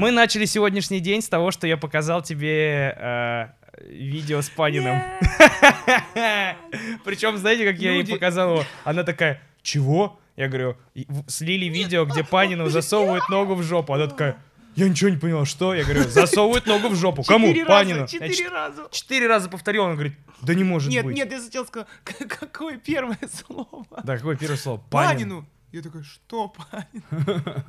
Мы начали сегодняшний день с того, что я показал тебе видео с Паниным. Причем, знаете, как я ей показал его? Она такая, чего? Я говорю, слили видео, где Панину засовывают ногу в жопу. Она такая, я ничего не понял, что? Я говорю, засовывают ногу в жопу. Кому? Панину. 4 раза. 4 раза повторил, он говорит, да не может быть. Нет, я сначала сказал, какое первое слово? Да, какое первое слово? Панину. Я такой, что Панину?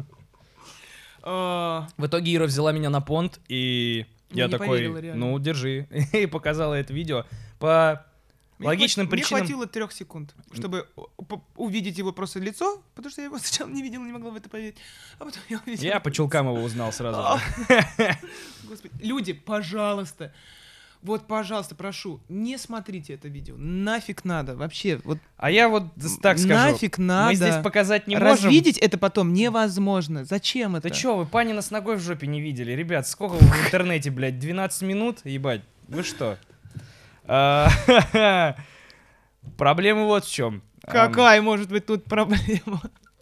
В итоге Ира взяла меня на понт, и я такой, поверила, реально. ну, держи. И показала это видео. По логичным причинам... Мне хватило 3 секунд, чтобы увидеть его просто лицо, потому что я его сначала не видел, не могла в это поверить. А потом я увидел. Я по чулкам его узнал сразу же. Господи. Люди, пожалуйста, вот, пожалуйста, прошу, не смотрите это видео. Нафиг надо, вообще. Вот, А я вот так скажу. нафиг надо. Мы здесь показать не можем. Развидеть это потом невозможно. Зачем это? Да чё, вы Панина с ногой в жопе не видели? Ребят, сколько вы в интернете, блядь, 12 минут? Ебать, вы что? Проблема вот в чем. Какая может быть тут проблема?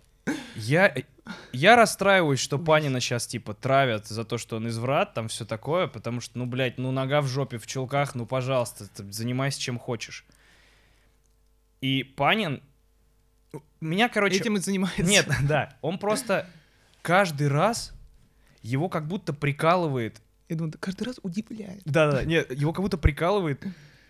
Я расстраиваюсь, что Панина сейчас, типа, травят за то, что он изврат, там все такое, потому что, ну, блядь, ну, нога в жопе, в чулках, ну, пожалуйста, ты занимайся чем хочешь. И Панин... Меня, короче... Этим и занимается. Нет, да, он просто каждый раз его как будто прикалывает. Я думаю, каждый раз удивляет. Да-да, нет, его как будто прикалывает,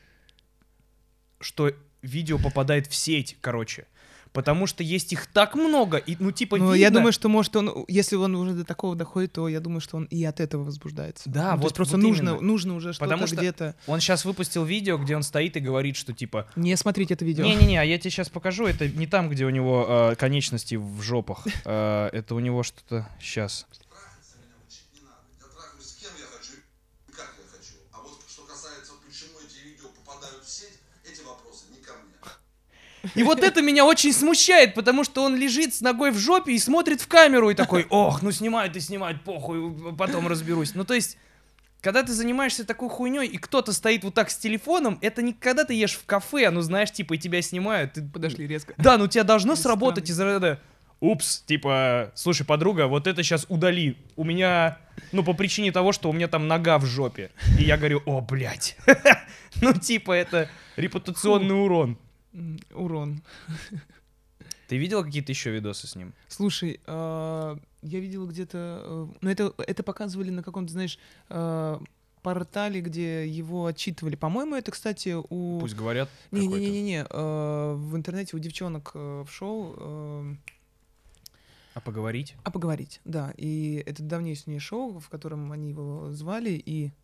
что видео попадает в сеть, короче. Потому что есть их так много, и, ну, типа, Ну, видно... я думаю, что, может, он, если он уже до такого доходит, то я думаю, что он и от этого возбуждается. Да, Ну, то вот есть просто вот нужно, именно. нужно уже что-то Потому что где-то... Он сейчас выпустил видео, где он стоит и говорит, что, типа... Не смотрите это видео. Не-не-не, а я тебе сейчас покажу, это не там, где у него конечности в жопах. Это у него что-то... Сейчас. Трахаться меня учить не надо. Я трахаюсь с кем я хочу и как я хочу. А вот что касается, почему эти видео попадают в сеть, эти вопросы не ко мне. И вот это меня очень смущает, потому что он лежит с ногой в жопе и смотрит в камеру и такой, ох, ну снимает и снимает, похуй, потом разберусь. Ну то есть, когда ты занимаешься такой хуйней, и кто-то стоит вот так с телефоном, это не когда ты ешь в кафе, ну знаешь, типа, и тебя снимают. Ты... Подошли резко. Да, ну тебя должно Это сработать из-за этого. Упс, типа, слушай, подруга, вот это сейчас удали. У меня, ну, по причине того, что у меня там нога в жопе. И я говорю, о, блядь. Ну, типа, это репутационный урон. Урон. Ты видел какие-то еще видосы с ним? Слушай, я видел где-то... Ну, это показывали на каком-то, знаешь, портале, где его отчитывали. По-моему, это, кстати, у... Пусть говорят. какой-то. Не-не-не-не. В интернете у девчонок в шоу... А поговорить? А поговорить, да. И это давнейшее шоу, в котором они его звали, и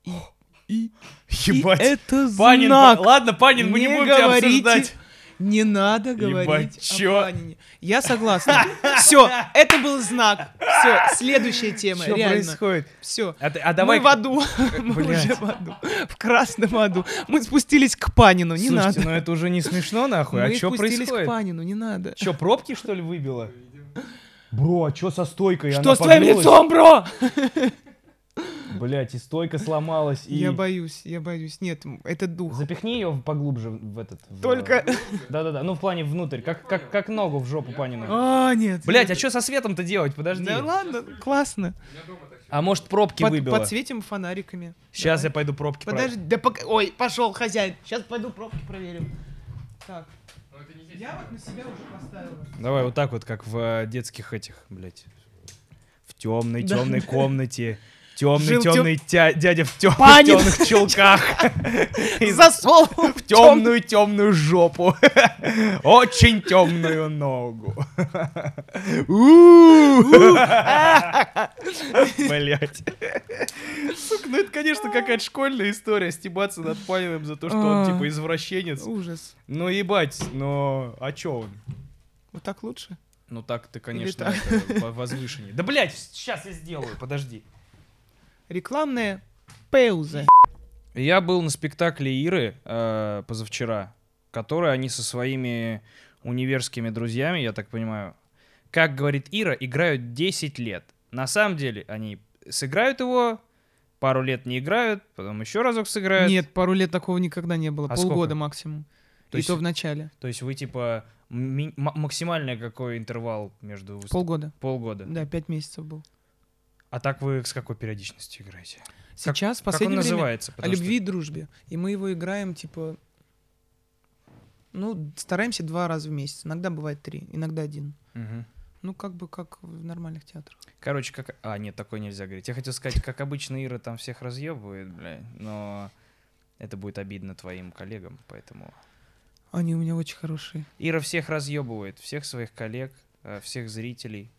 Ебать. это Панин, знак. ладно, Панин, мы не будем тебя говорите, обсуждать. Не надо Ебать, говорить чё? о Панине. Я согласна. Все, это был знак. Все, следующая тема, Что реально. происходит? Все. А давай... Мы в аду. Мы Блядь. уже в аду. В красном аду. Мы спустились к Панину, не Слушайте, надо. ну это уже не смешно, нахуй. Мы А что спустились происходит? к Панину, не надо. Что, пробки, что ли, выбило? Бро, а что со стойкой? Что с твоим лицом, бро? Блять, и стойка сломалась, и... Я боюсь. Нет, это дух. Запихни ее поглубже в этот... Только... Да-да-да, ну в плане внутрь, как ногу в жопу Панину. А, нет. Блять, а что со светом-то делать? Подожди. Да ладно, классно. А может пробки выбило? Подсветим фонариками. Сейчас Давай. я пойду пробки Подожди, да пока... Ой, пошел хозяин. Сейчас пойду пробки проверим. Так. Я вот на себя уже поставила. Давай вот так вот, как в детских этих, блять. В темной Да. комнате. Темный Жил дядя в Панин. темных чулках. Засол В темную жопу. Очень темную ногу. Блять. Сука, ну это, конечно, какая-то школьная история, стебаться над Паниным за то, что он, типа, извращенец. Ужас. Ну, ебать, но... А чё он? Вот так лучше? Ну, так ты, конечно, так? это возвышеннее. Да, блять, сейчас я сделаю, подожди. Рекламная пауза. Я был на спектакле Иры позавчера, который они со своими универскими друзьями, я так понимаю, как говорит Ира, играют 10 лет. На самом деле они сыграют его, пару лет не играют, потом еще разок сыграют. Нет, пару лет такого никогда не было. А Полгода сколько? максимум. То И есть- то в начале. То есть вы типа максимальный какой интервал между... Полгода. Полгода. Да, 5 месяцев был. А так вы с какой периодичностью играете? Сейчас, в Как он последнее время, называется? о Потому что- любви и дружбе. И мы его играем, типа, ну, стараемся 2 раза в месяц. Иногда бывает 3, иногда 1. Мгм. Ну, как бы, как в нормальных театрах. Короче, как... А, нет, такое нельзя говорить. Я хотел сказать, как обычно Ира там всех разъебывает, бля, но это будет обидно твоим коллегам, поэтому... Они у меня очень хорошие. Ира всех разъебывает, всех своих коллег, всех зрителей.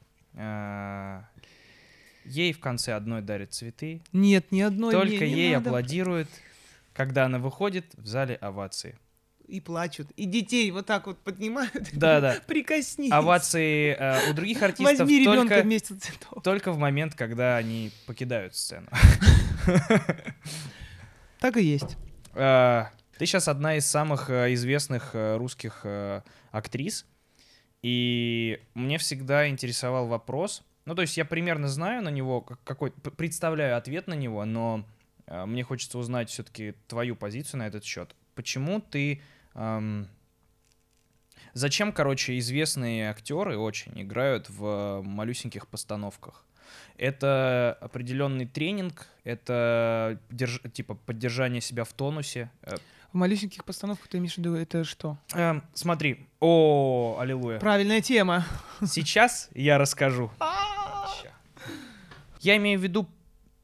Ей в конце одной дарят цветы, Нет, ни одной только не ей надо. аплодируют, когда она выходит в зале овации. И плачут. И детей вот так вот поднимают. Да-да. Прикоснись. Овации у других артистов Возьми ребенка только, вместе цветов. только в момент, когда они покидают сцену. Так и есть. Ты сейчас одна из самых известных русских актрис, и мне всегда интересовал вопрос, ну, то есть я примерно знаю на него, представляю ответ на него, но мне хочется узнать все-таки твою позицию на этот счет. Почему ты... Зачем, короче, известные актеры очень играют в малюсеньких постановках? Это определенный тренинг, это типа поддержание себя в тонусе. В малюсеньких постановках ты имеешь в виду, это что? Смотри, о, аллилуйя. Правильная тема. Сейчас я расскажу. Я имею в виду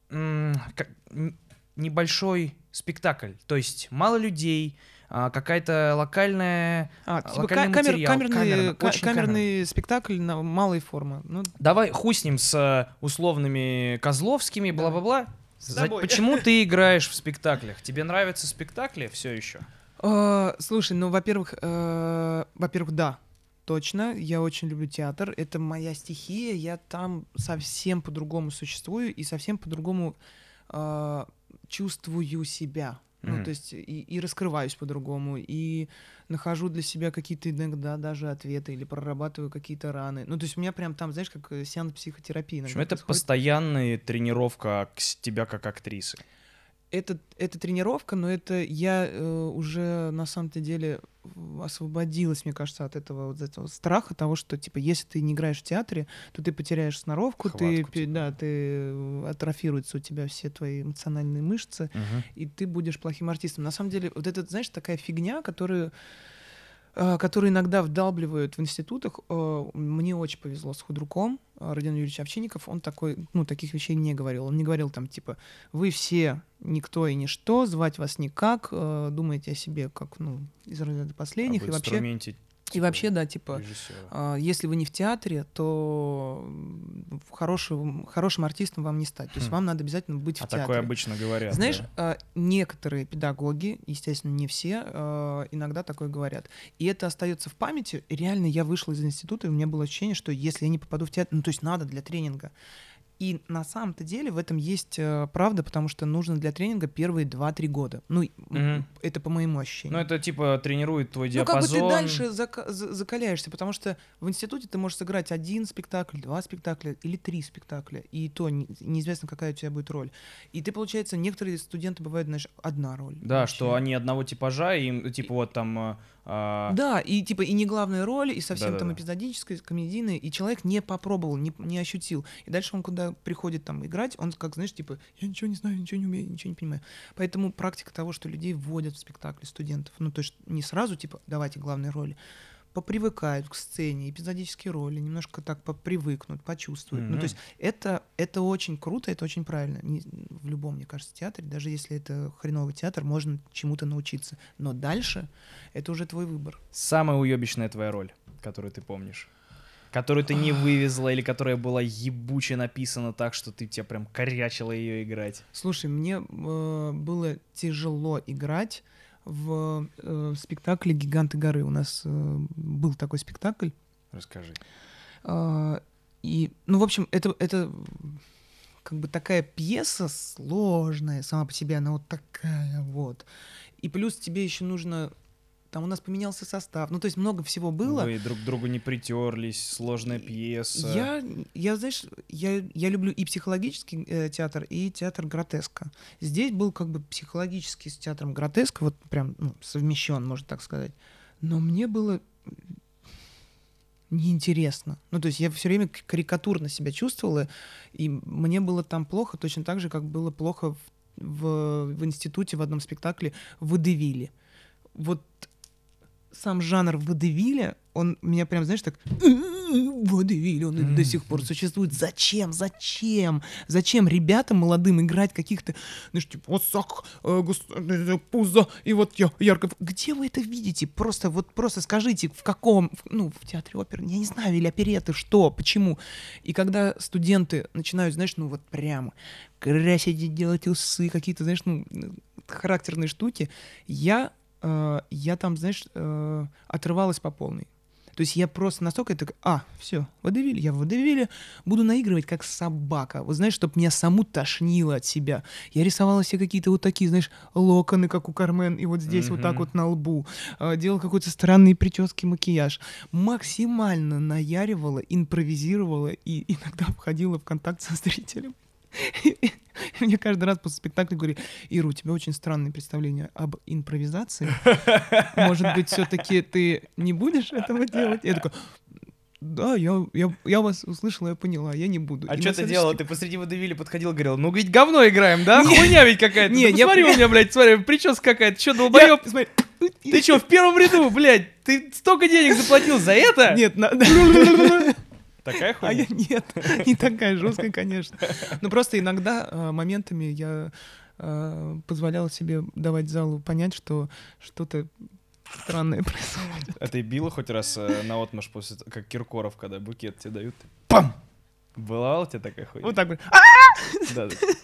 небольшой спектакль, то есть мало людей, какая-то локальная, Типа локальный материал, камерный спектакль на малой формы. Ну, Давай хуй с ним, с условными Козловскими, Да. бла-бла-бла. С тобой. Почему ты играешь в спектаклях? Тебе нравятся спектакли все еще? слушай, ну, во-первых, да, точно, я очень люблю театр, это моя стихия, я там совсем по-другому существую и совсем по-другому чувствую себя. Ну, Мгм. то есть и раскрываюсь по-другому, и нахожу для себя какие-то иногда даже ответы или прорабатываю какие-то раны. Ну, то есть у меня прям там, знаешь, как сеанс психотерапии. В общем, иногда это происходит. постоянная тренировка тебя как актрисы. Это тренировка, но это я уже на самом-то деле освободилась, мне кажется, от этого страха того, что типа если ты не играешь в театре, то ты потеряешь сноровку, Хватку, типа. да, ты атрофируются у тебя все твои эмоциональные мышцы, и ты будешь плохим артистом. На самом деле, вот это, знаешь, такая фигня, которую иногда вдалбливают в институтах. Мне очень повезло с худруком. Родион Юрьевич Овчинников, он таких вещей не говорил. Он не говорил там, типа, вы все никто и ничто, звать вас никак, думаете о себе как, из разряда последних. Об инструменте, И вообще, да, типа, режиссера. если вы не в театре, то хорошим артистом вам не стать. То есть вам надо обязательно быть в театре. Такое обычно говорят. Знаешь, да? некоторые педагоги, естественно, не все, иногда такое говорят. И это остается в памяти. И реально я вышла из института, и у меня было ощущение, что если я не попаду в театр, то есть надо для тренинга. И на самом-то деле в этом есть правда, потому что нужно для тренинга первые 2-3 года. Это по моему ощущению. Ну, это типа тренирует твой Ну, как бы диапазон. ты дальше закаляешься, потому что в институте ты можешь сыграть 1 спектакль, 2 спектакля или 3 спектакля, и то неизвестно, какая у тебя будет роль. И ты, получается, некоторые студенты бывают, знаешь, одна роль. Да, вообще. что они одного типажа, и им, типа, вот там... Да, и типа и не главная роль, и совсем там Да-да-да. эпизодическая, комедийная, и человек не попробовал, не ощутил. И дальше он, когда приходит там играть, он, как, знаешь, типа, я ничего не знаю, ничего не умею, ничего не понимаю. Поэтому практика того, что людей вводят в спектакли студентов, то есть не сразу, типа, давайте главные роли, попривыкают к сцене, эпизодические роли, немножко так попривыкнут, почувствуют. То есть это очень круто, это очень правильно. В любом, мне кажется, театре, даже если это хреновый театр, можно чему-то научиться. Но дальше это уже твой выбор. Самая уебищная твоя роль, которую ты помнишь? Которую ты не вывезла, или которая была ебуче написана так, что ты тебя прям корячила ее играть? Слушай, мне было тяжело играть в спектакле «Гиганты горы». У нас был такой спектакль. Расскажи. И, в общем, это как бы такая пьеса сложная сама по себе, она вот такая вот. И плюс тебе еще нужно... Там у нас поменялся состав. То есть много всего было. Вы друг к другу не притерлись, сложная пьеса. Я знаешь, я люблю и психологический театр, и театр гротеска. Здесь был как бы психологический с театром гротеска, вот прям совмещен, можно так сказать. Но мне было неинтересно. Ну, то есть я все время карикатурно себя чувствовала, и мне было там плохо, точно так же, как было плохо в институте в одном спектакле «Водевиле». Вот сам жанр водевиля, он меня прям, знаешь, так... Водевиль, он до сих пор существует. Зачем? Ребятам молодым играть каких-то, знаешь, типа, вот сак, пузо, и вот я ярко... Где вы это видите? Просто скажите, в каком... Ну, в театре оперы, я не знаю, или опереты, что, почему? И когда студенты начинают, знаешь, ну вот прямо красить, делать усы, какие-то, знаешь, ну, характерные штуки, я там, знаешь, отрывалась по полной. То есть я просто настолько все, водевиль, я в водевиле буду наигрывать как собака. Вот знаешь, чтобы меня саму тошнило от себя. Я рисовала себе какие-то вот такие, знаешь, локоны, как у Кармен, и вот здесь вот так вот на лбу. Делала какой-то странный прически, макияж. Максимально наяривала, импровизировала и иногда входила в контакт со зрителем. Мне каждый раз после спектакля говорили: Ира, у тебя очень странное представление об импровизации. Может быть, все-таки ты не будешь этого делать? Я такой: да, я вас услышала, я поняла, я не буду. А что ты делала? Ты посреди водевиля подходил, говорил: ну ведь говно играем, да? Хуйня ведь какая-то. Не, посмотри у меня, блядь, смотри, прическа какая-то. Что, долбоёб? Ты что, в первом ряду, блядь? Ты столько денег заплатил за это? Нет, Такая хуйня? Нет, не такая жесткая, конечно. Но просто иногда моментами я позволяла себе давать залу понять, что что-то странное происходит. А ты била хоть раз наотмашь после, как Киркоров, когда букет тебе дают? Пам! Была у тебя такая хуйня? Вот так вот. Да.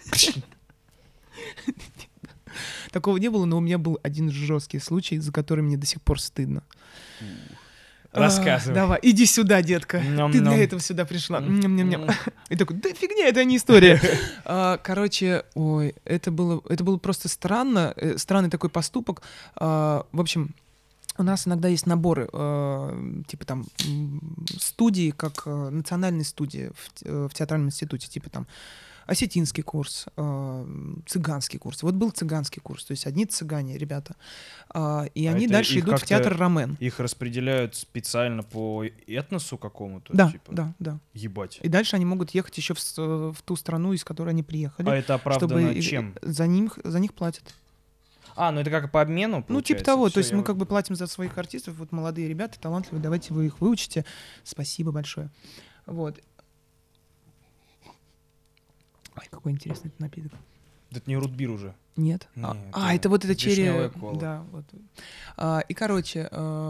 Такого не было, но у меня был один жесткий случай, за который мне до сих пор стыдно. Рассказывай. Давай, иди сюда, детка. Ты для этого сюда пришла. И такой: да фигня, это не история. Короче, это было просто странный такой поступок. В общем, у нас иногда есть наборы, типа там студии, как национальные студии в театральном институте, типа там осетинский курс, цыганский курс. Вот был цыганский курс, то есть одни цыгане, ребята. И они дальше идут в театр Ромен. Их распределяют специально по этносу какому-то? Да, типа? да. Ебать. И дальше они могут ехать еще в ту страну, из которой они приехали. А это оправдано чем? За них платят. Ну это как по обмену, получается? Ну, типа того. Всё, то есть мы как бы платим за своих артистов. Вот молодые ребята, талантливые, давайте вы их выучите. Спасибо большое. Вот. Ой, какой интересный этот напиток. Это не рутбир уже. Нет. Нет, Это вот это черри. кола. Да, вот. И, короче,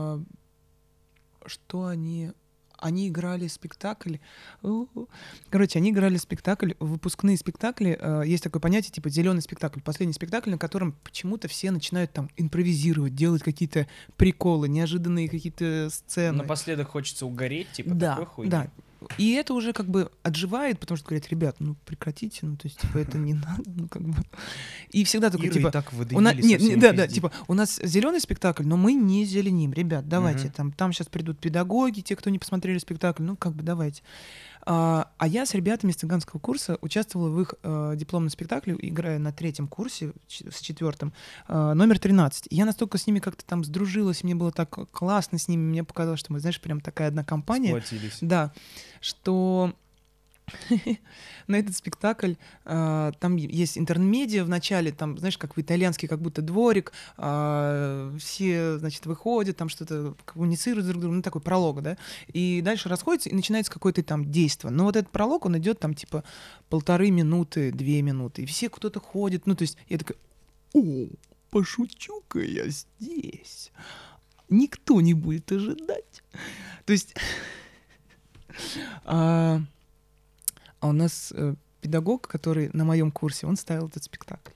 что они... Они играли спектакль. Короче, они играли спектакль, выпускные спектакли. Есть такое понятие, типа зеленый спектакль. Последний спектакль, на котором почему-то все начинают там импровизировать, делать какие-то приколы, неожиданные какие-то сцены. Напоследок хочется угореть, типа такой хуйни. Да. И это уже как бы отживает, потому что говорят: ребят, ну прекратите, ну то есть типа это не надо, ну как бы. И всегда такой, типа, так у нас, да, типа у нас зеленый спектакль, но мы не зеленим, ребят, давайте, там сейчас придут педагоги, те, кто не посмотрели спектакль, ну как бы давайте. А я с ребятами из цыганского курса участвовала в их дипломном спектакле, играя на 3-м курсе, с 4-м, номер 13. И я настолько с ними как-то там сдружилась, мне было так классно с ними, мне показалось, что мы, знаешь, прям такая одна компания. Сплотились. Да, что на этот спектакль там есть интермедиа в начале, там, знаешь, как в итальянский, как будто дворик, все, значит, выходят, там что-то коммуницируют друг с другом, ну, такой пролог, да, и дальше расходятся, и начинается какое-то там действо. Но вот этот пролог, он идет там, типа, 1,5 минуты, 2 минуты, и все кто-то ходит, ну, то есть я такая: пошучу-ка я здесь. Никто не будет ожидать. То есть... А у нас педагог, который на моем курсе, он ставил этот спектакль.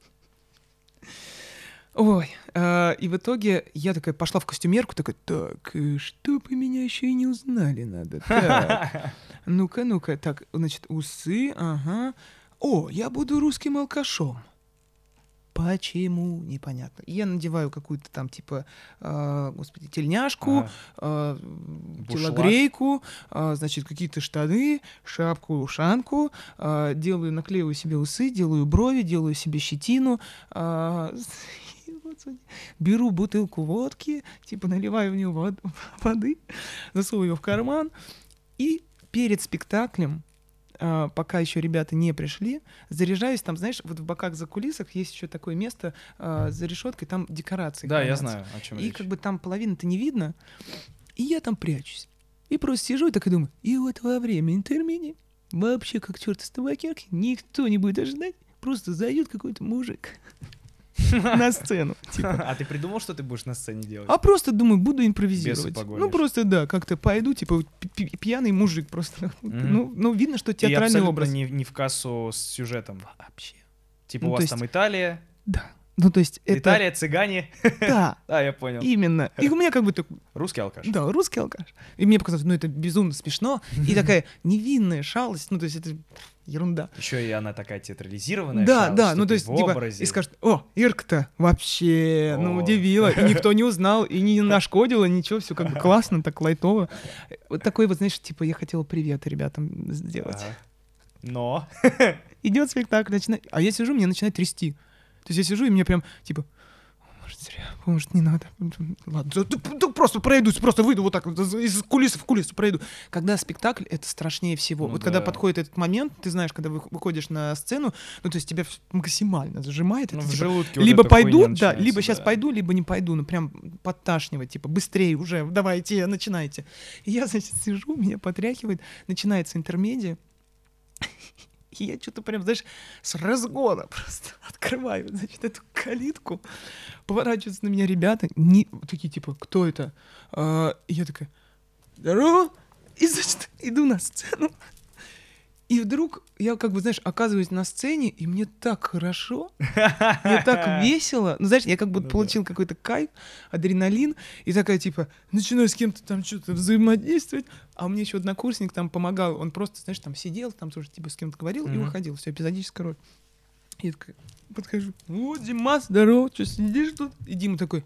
Ой, и в итоге я такая пошла в костюмерку, такая: так, чтобы меня еще и не узнали надо. Так, ну-ка, так, значит, усы, ага. Я буду русским алкашом. Почему? Непонятно. И я надеваю какую-то там, типа, тельняшку, телогрейку, значит, какие-то штаны, шапку, ушанку, наклеиваю себе усы, делаю брови, делаю себе щетину. Господи. Беру бутылку водки, типа наливаю в нее воды, засовываю ее в карман, и перед спектаклем, пока еще ребята не пришли, заряжаюсь там, знаешь, вот в боках за кулисах есть еще такое место за решеткой, там декорации. Да, я хранятся. знаю, о чем И речь. как бы там половины-то не видно, и я там прячусь. И просто сижу и так и думаю, и вот во время интермедии вообще как черт из табакерки никто не будет ожидать, просто зайдет какой-то мужик на сцену. Типа. А ты придумал, что ты будешь на сцене делать? А просто думаю, буду импровизировать. Бесов погонишь. Ну просто да, как-то пойду, типа вот пьяный мужик просто. Ну видно, что И театральный абсолютно образ. не в кассу с сюжетом. Вообще. Типа Ну, у то вас есть- там Италия, Да. Ну то есть это... Италия, цыгане. Да, Да, я понял. именно. И у меня как бы такой, Русский алкаш. да, русский алкаш. И мне показалось, ну это безумно смешно. И такая невинная шалость, ну то есть это ерунда. Еще и она такая театрализированная. Да, шалость, да, что ну ты то есть, в типа, образе. и скажет, о, Ирка-то вообще, ну, О. удивила, и никто не узнал, и не нашкодила, ничего, все как бы классно, так лайтово. Вот такой вот, знаешь, типа, я хотела привет ребятам сделать. Ага. Но. Идет спектакль, начинает, а я сижу, меня начинает трясти. То есть я сижу, и мне прям, типа, может, зря, может, не надо. Ладно, да просто пройдусь, просто выйду вот так, вот из кулисы в кулису пройду. Когда спектакль, это страшнее всего. Ну Вот когда да. подходит этот момент, ты знаешь, когда выходишь на сцену, ну, то есть тебя максимально зажимает. Ну, это, в типа, желудке вот либо эта пойду, хуйня да, начинается, либо сейчас да. пойду, либо не пойду, ну, прям подташнивать, типа, быстрее уже, давайте, начинайте. И я, значит, сижу, меня потряхивает, начинается интермедия, и я что-то прям, знаешь, с разгона просто открываю, значит, эту калитку. Поворачиваются на меня ребята, такие, типа, кто это? И я такая, здорово! И, значит, иду на сцену. И вдруг я, как бы, знаешь, оказываюсь на сцене, и мне так хорошо, мне так весело. Ну, знаешь, я как будто Ну да. получил какой-то кайф, адреналин, и такая, типа, начинаю с кем-то там что-то взаимодействовать. А мне еще однокурсник там помогал, он просто, знаешь, там сидел, там тоже, типа, с кем-то говорил и Мгм. уходил. Все, эпизодическая роль. И я такая подхожу, вот, Дима, здорово, что сидишь тут? И Дима такой...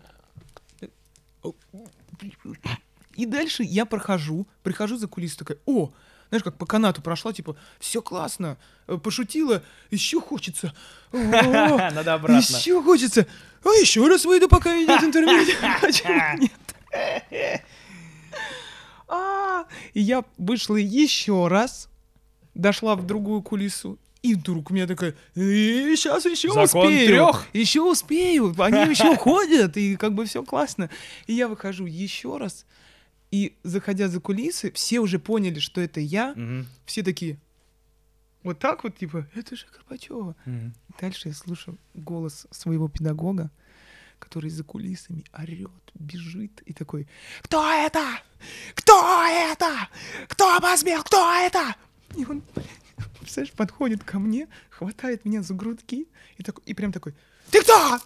И дальше я прихожу за кулисы, такая, о, знаешь, как по канату прошла, типа, все классно, пошутила, еще хочется. Надо обратно. Еще хочется. А еще раз выйду, пока идет интервью. Почему нет? И я вышла еще раз, дошла в другую кулису, и вдруг у меня такая, сейчас еще Закон успею. трёх. Еще успею. Они еще ходят, и как бы все классно. И я выхожу еще раз, и заходя за кулисы, все уже поняли, что это я. Мгм. Все такие, вот так вот, типа, это же Горбачева. Мгм. Дальше я слышу голос своего педагога, который за кулисами орет, бежит и такой, кто это? Кто это? Кто посмел? Кто это? И он, представляешь, подходит ко мне, хватает меня за грудки и прям такой, ты кто?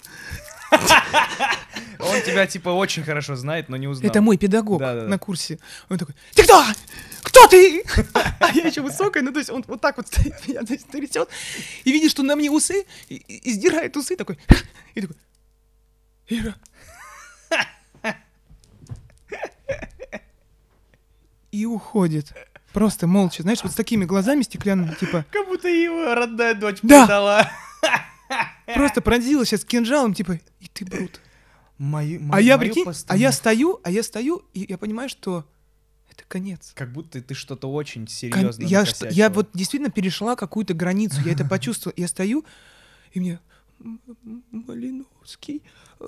Он тебя, типа, очень хорошо знает, но не узнал. Это мой педагог Да-да-да. на курсе. Он такой, ты кто? Кто ты? А я еще высокая, ну то есть он вот так вот стоит, меня значит, трясет, и видит, что на мне усы, и сдирает усы такой, и такой, Ира. И уходит. Просто молча, знаешь, вот с такими глазами стеклянными, типа, Как будто его родная дочь Да. продала. просто пронзила сейчас кинжалом, типа, и ты брут. Мою, А я, прикинь, а я стою, и я понимаю, что это конец. Как будто ты что-то очень серьезно Я вот действительно перешла какую-то границу, я это почувствовал. Я стою, и мне Малиновский.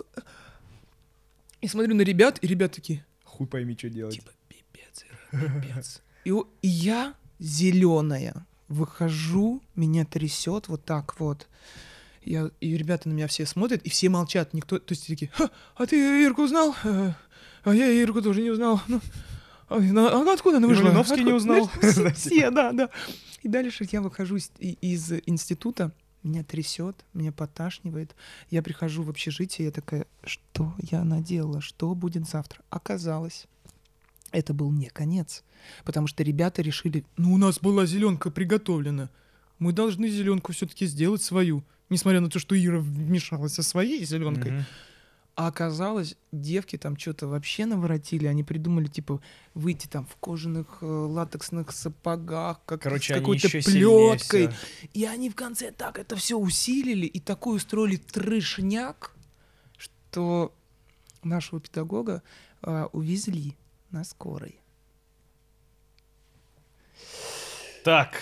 И смотрю на ребят, и ребят такие, Хуй пойми, что делать. типа, пипец, Ира, пипец. И я зеленая выхожу, меня трясет вот так вот. И ребята на меня все смотрят, и все молчат. Никто, то есть такие, а ты Ирку узнал? А я Ирку тоже не узнал. Ну, а откуда она вышла? Малиновский не узнал. Все, да. И дальше я выхожу из института, меня трясет, меня поташнивает. Я прихожу в общежитие, я такая, что я наделала, что будет завтра? Оказалось, это был не конец, потому что ребята решили, ну у нас была зеленка приготовлена, мы должны зеленку все-таки сделать свою, несмотря на то, что Ира вмешалась со своей зеленкой. Мгм. А оказалось, девки там что-то вообще наворотили. Они придумали, типа, выйти там в кожаных латексных сапогах, Короче, с они какой-то еще сильнее плеткой. всё. И они в конце так это все усилили и такой устроили трешняк, что нашего педагога увезли на скорой. Так.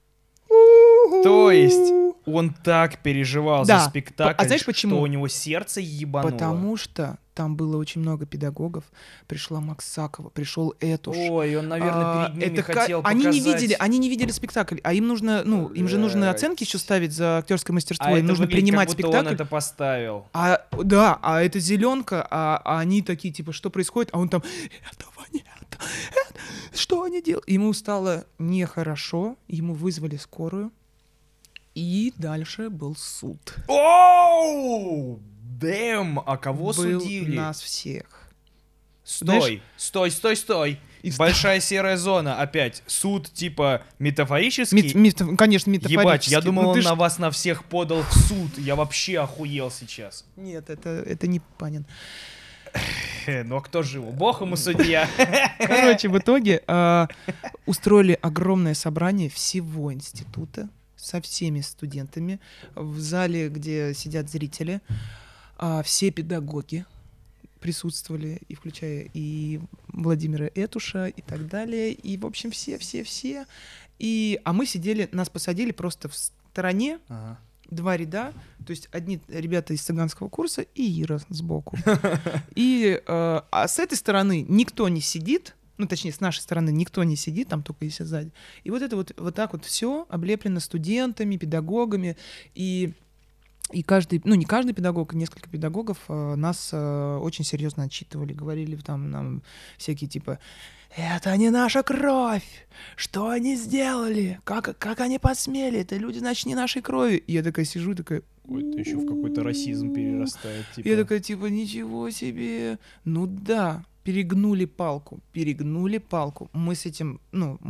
То есть он так переживал Да. за спектакль, А знаешь почему? что у него сердце ебануло. Потому что там было очень много педагогов. Пришла Максакова, пришел Этуш. Ой, он, наверное, перед ними хотел они показать... они не видели спектакль, а им нужно, ну, им же нужно оценки еще ставить за актерское мастерство, А им это нужно выглядит, принимать как будто спектакль. он это поставил. А это зеленка, а они такие, типа, что происходит? А он там, этого нет, что они делают? Ему стало нехорошо, ему вызвали скорую, и дальше был суд. Оу! Дэм! А кого Был судили? нас всех. Стой, стой. И Большая серая зона. Опять. Суд типа метафорический. Конечно, метафорически. Ебать, я думал, Ну, он ты ж- на вас на всех подал в суд. Я вообще охуел сейчас. Нет, это не Панин. Ну а кто же его? Бог ему судья. Короче, в итоге устроили огромное собрание всего института со всеми студентами в зале, где сидят зрители. Все педагоги присутствовали, и включая и Владимира Этуша, и так далее. И, в общем, все. А мы сидели, нас посадили просто в стороне, Ага. 2 ряда, то есть одни ребята из цыганского курса и Ира сбоку. А с этой стороны никто не сидит, ну, точнее, с нашей стороны никто не сидит, там только если сзади. И вот это вот так вот все облеплено студентами, педагогами, и каждый, ну, не каждый педагог, несколько педагогов нас очень серьезно отчитывали, говорили там нам всякие типа: это не наша кровь, что они сделали, как они посмели, это люди, значит, не нашей крови. И я такая сижу, такая... Ой, это еще в какой-то расизм перерастает. Типа. Я такая, типа, ничего себе. Ну да, перегнули палку. Мы с этим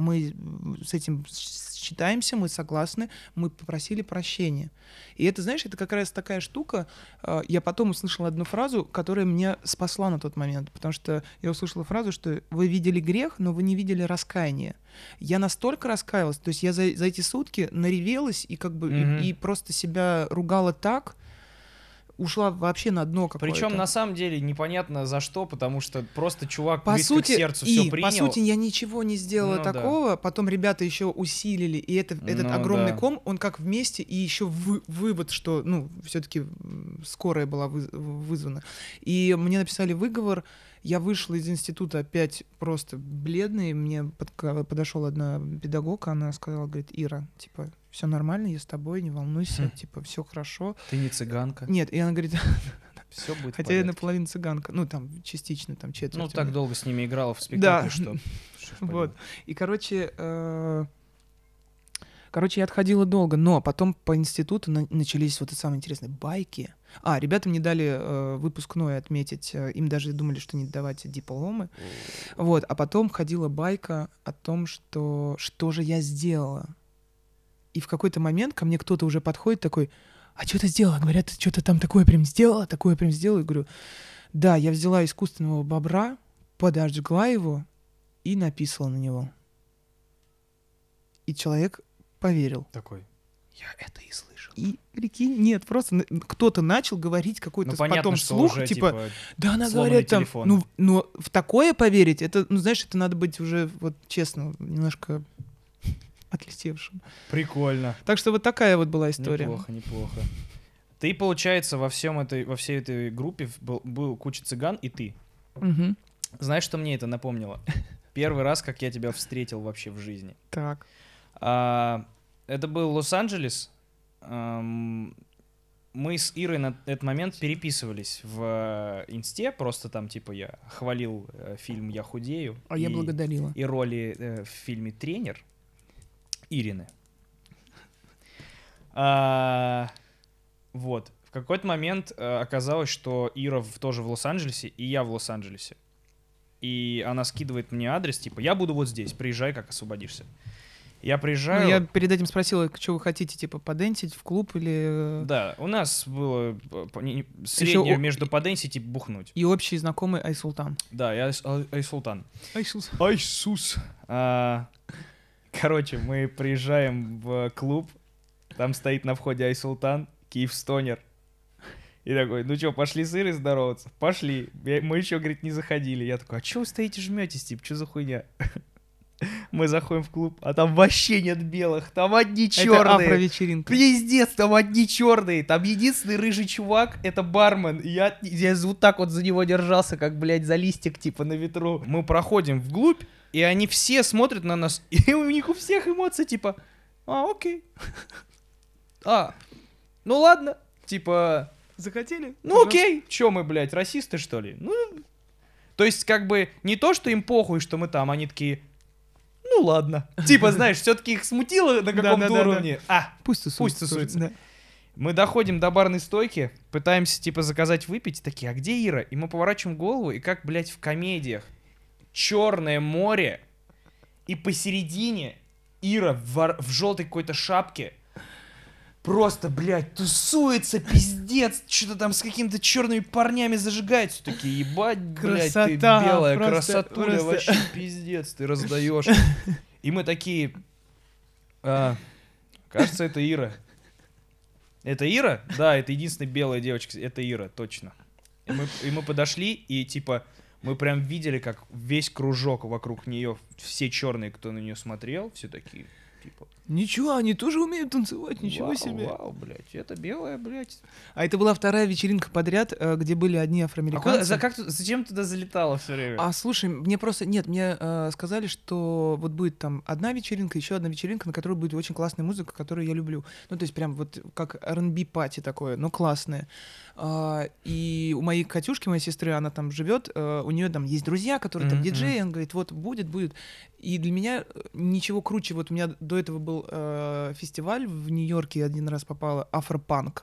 считаемся, мы согласны, мы попросили прощения. И это, знаешь, это как раз такая штука. Я потом услышала одну фразу, которая меня спасла на тот момент, потому что я услышала фразу, что вы видели грех, но вы не видели раскаяния. Я настолько раскаялась, то есть я за эти сутки наревелась и как бы и просто себя ругала так, ушла вообще на дно какое-то. Причем на самом деле непонятно за что, потому что просто чувак по близко сути, к сердцу все принял. по сути, я ничего не сделала Ну такого. Потом ребята еще усилили, и этот Ну огромный да. ком, он как вместе, и еще вывод, что, ну, все-таки скорая была вызвана. И мне написали выговор. Я вышла из института опять просто бледный. Мне подошел одна педагог, она сказала, говорит: Ира, типа, все нормально, я с тобой, не волнуйся, типа, все хорошо. Ты не цыганка. Нет, и она говорит, Все будет в хотя я порядке. наполовину цыганка, ну, там, частично, там, четверть. Ну, у так меня. долго с ними играла в Да. спектакле, что Вот. И, короче, я отходила долго, но потом по институту начались вот эти самые интересные байки. Ребята мне дали выпускной отметить, им даже думали, что не давать дипломы. Вот, а потом ходила байка о том, что же я сделала. И в какой-то момент ко мне кто-то уже подходит такой: а что ты сделала? Говорят, ты что-то там такое прям сделала. И говорю: да, я взяла искусственного бобра, подожгла его и написала на него. И человек поверил. такой. Я это и слышал. И, прикинь, нет, просто кто-то начал говорить какой-то Ну, понятно, потом что слух, уже, типа, да, она сломанный говорит там, телефон. но в такое поверить, это, ну, знаешь, это надо быть уже, вот, честно, немножко отлетевшим. Прикольно. Так что вот такая вот была история. Неплохо. Ты, получается, во всей этой группе был куча цыган, и ты. Мгм. Знаешь, что мне это напомнило? Первый раз, как я тебя встретил вообще в жизни. Так. Это был Лос-Анджелес. Мы с Ирой на этот момент переписывались в инсте, просто там, типа, я хвалил фильм «Я худею». Я благодарила. И роли в фильме «Тренер» Ирины. Вот. В какой-то момент оказалось, что Ира тоже в Лос-Анджелесе, и я в Лос-Анджелесе. И она скидывает мне адрес, типа, я буду вот здесь, приезжай, как освободишься. Я приезжаю... Ну, я перед этим спросила, что вы хотите, типа, поденсить в клуб или... Да, у нас было среднее Ещё между поденсить и бухнуть. И общий знакомый Айсултан. Да, я Айсултан. Айсус. Айсус. Короче, мы приезжаем в клуб, там стоит на входе Айсултан, Киевстонер. И такой, ну что, пошли с Ирой здороваться? Пошли. Мы еще, говорит, не заходили. Я такой, а что вы стоите, жметесь, типа, что за хуйня? Мы заходим в клуб, а там вообще нет белых, там одни Это черные. афро-вечеринка. Пиздец, там одни черные. Там единственный рыжий чувак — это бармен. И я вот так вот за него держался, как, блядь, за листик, типа, на ветру. Мы проходим вглубь, и они все смотрят на нас, и у них у всех эмоции, типа, окей. Ну ладно, типа, Захотели? ну окей. Че мы, блядь, расисты, что ли? Ну, то есть, как бы, не то, что им похуй, что мы там, они такие... Ну ладно. Типа, знаешь, все-таки их смутило на каком-то уровне. Пусть тусуются. Пусть тусуются. Да. Мы доходим до барной стойки, пытаемся, типа, заказать выпить, такие, а где Ира? И мы поворачиваем голову, и как, блядь, в комедиях. Черное море, и посередине Ира в желтой какой-то шапке просто, блядь, тусуется, пиздец, что-то там с какими-то черными парнями зажигается. Такие, ебать, блядь, ты Красота, белая, просто- красотуля, просто. вообще пиздец, ты раздаешь. И мы такие, кажется, это Ира. Это Ира? Да, это единственная белая девочка, это Ира, точно. И мы подошли, и типа, мы прям видели, как весь кружок вокруг нее, все черные, кто на нее смотрел, все такие, типа... Ничего, они тоже умеют танцевать, ничего вау, себе. Вау, блядь, это белая, блядь. А это была вторая вечеринка подряд, где были одни афроамериканцы. Зачем туда залетала все время? А слушай, мне просто... Нет, мне сказали, что вот будет там одна вечеринка, еще одна вечеринка, на которой будет очень классная музыка, которую я люблю. Ну, то есть прям вот как R&B пати такое, но классное. И у моей Катюшки, моей сестры, она там живет, у нее там есть друзья, которые там диджеи, он говорит, вот будет. И для меня ничего круче. Вот у меня до этого был фестиваль в Нью-Йорке, один раз попала, Афропанк.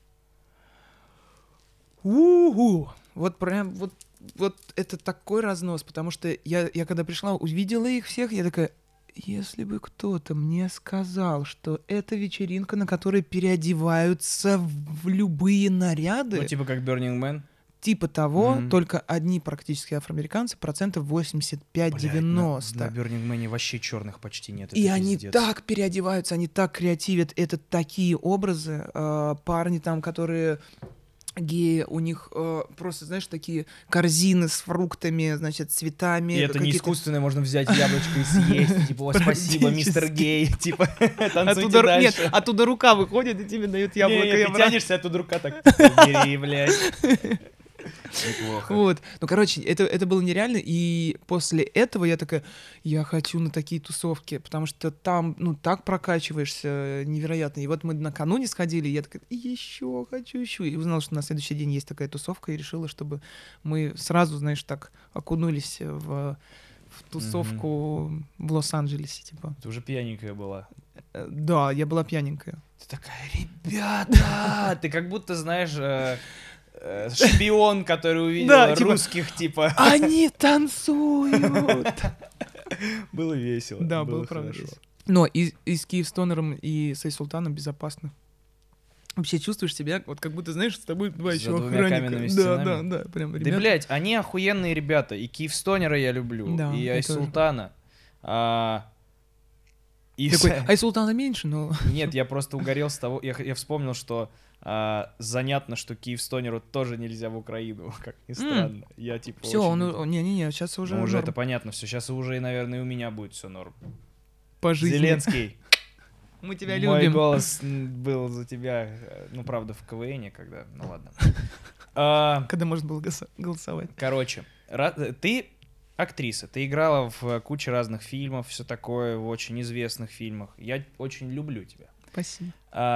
Вот прям вот это такой разнос, потому что я когда пришла, увидела их всех, я такая, если бы кто-то мне сказал, что это вечеринка, на которой переодеваются в любые наряды, Ну, типа как Burning Man? типа того, Мгм. только одни практически афроамериканцы, 85-90%. На Burning Man вообще черных почти нет. И это они пиздец. так переодеваются, они так креативят, это такие образы. Парни там, которые геи, у них просто, знаешь, такие корзины с фруктами, значит, цветами. И это не какие-то- искусственное, можно взять яблочко и съесть. Типа, «О, спасибо, мистер гей. Типа, танцуйте Оттуда, нет, дальше. оттуда рука выходит, и тебе дают яблоко. Не, и ты обратно. тянешься, а тут рука так, бери, блядь. Неплохо. Вот. Ну, короче, это было нереально, и после этого я такая, я хочу на такие тусовки, потому что там, ну, так прокачиваешься невероятно. И вот мы накануне сходили, и я такая, еще хочу, еще. И узнала, что на следующий день есть такая тусовка, и решила, чтобы мы сразу, знаешь, так окунулись в тусовку в Лос-Анджелесе, типа. Ты уже пьяненькая была. Да, я была пьяненькая. Ты такая, ребята! Ты как будто, знаешь, шпион, который увидел Да, типа, русских, типа. Они танцуют! Было весело. Да, было правда хорошо. весело. Но и с Киевстонером и с Айсултаном безопасно. Вообще чувствуешь себя, вот как будто, знаешь, с тобой два За еще двумя охранника. каменными Да, стенами. да, прям Да, ребята. блядь, они охуенные ребята. И Киевстонера я люблю, Да, и я Айсултана. И Такой, Айсултана меньше, но... Нет, я просто угорел с того... Я вспомнил, что занятно, что Киевстонеру тоже нельзя в Украину, как ни странно. Я типа Все, очень... он... Не-не-не, сейчас уже Ну, уже норм. это понятно все. Сейчас уже, наверное, и у меня будет все норм. По жизни. Зеленский, Мы тебя мой любим. голос был за тебя, ну, правда, в КВНе, когда... Ну, ладно. Когда можно было голосовать. Короче, ты актриса, ты играла в куче разных фильмов, все такое, в очень известных фильмах. Я очень люблю тебя. Спасибо.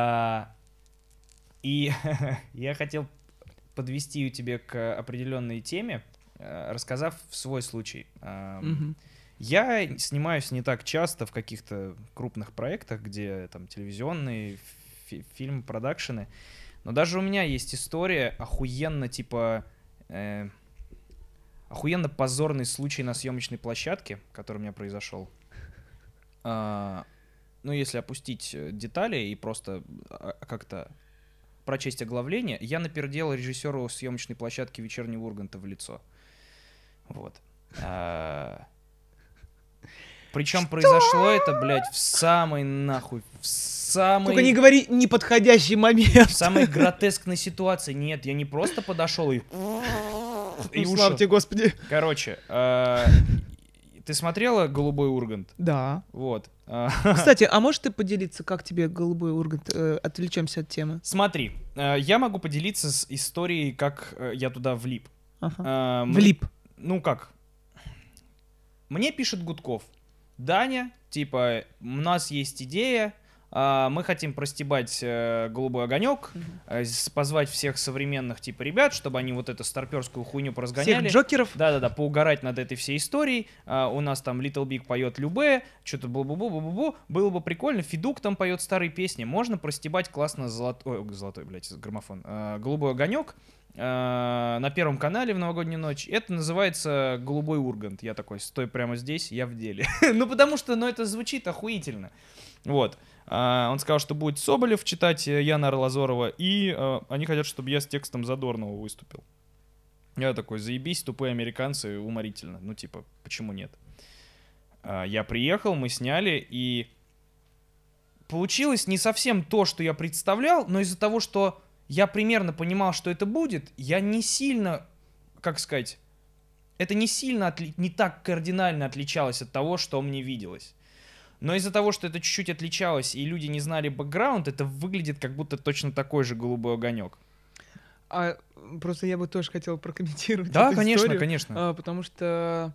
И я хотел подвести у тебя к определенной теме, рассказав свой случай. Мгм. Я снимаюсь не так часто в каких-то крупных проектах, где там телевизионные, фильм-продакшены, но даже у меня есть история охуенно, типа, охуенно позорный случай на съемочной площадке, который у меня произошел. Ну, если опустить детали и просто как-то прочесть оглавление, я напердел режиссеру съемочной площадки «Вечернего Урганта» в лицо. Вот. Причем произошло это, блядь, в самый нахуй, Только не говори неподходящий момент. в самой гротескной ситуации. Нет, я не просто подошел и ушел. Слава тебе, Господи. Короче, ты смотрела «Голубой Ургант»? Да. Вот. Кстати, а можешь ты поделиться, как тебе «Голубой Ургант»? Отвлечемся от темы. Смотри, я могу поделиться с историей, как я туда влип. Ага. Влип. Ну как? Мне пишет Гудков: Даня, типа, у нас есть идея, мы хотим простебать «Голубой огонек», позвать всех современных типа ребят, чтобы они вот эту старперскую хуйню поразгоняли. Всех джокеров? Да-да-да, поугарать над этой всей историей. У нас там Little Big поет Любе, что-то бу-бу-бу-бу-бу. Было бы прикольно. Федук там поет старые песни. Можно простебать классно золотой, блядь, граммофон. «Голубой огонек» на Первом канале в новогоднюю ночь. Это называется «Голубой Ургант». Я такой: стой прямо здесь, я в деле. Ну, потому что, это звучит охуительно. Вот. Он сказал, что будет Соболев читать Яна Арлазорова, и они хотят, чтобы я с текстом Задорнова выступил. Я такой: заебись, тупые американцы, уморительно. Ну, типа, почему нет? Я приехал, мы сняли, и получилось не совсем то, что я представлял, но из-за того, что я примерно понимал, что это будет, я не сильно, как сказать, это не сильно, не так кардинально отличалось от того, что мне виделось. Но из-за того, что это чуть-чуть отличалось, и люди не знали бэкграунд, это выглядит как будто точно такой же «Голубой огонек». Просто я бы тоже хотел прокомментировать Да, эту конечно, историю, конечно. потому что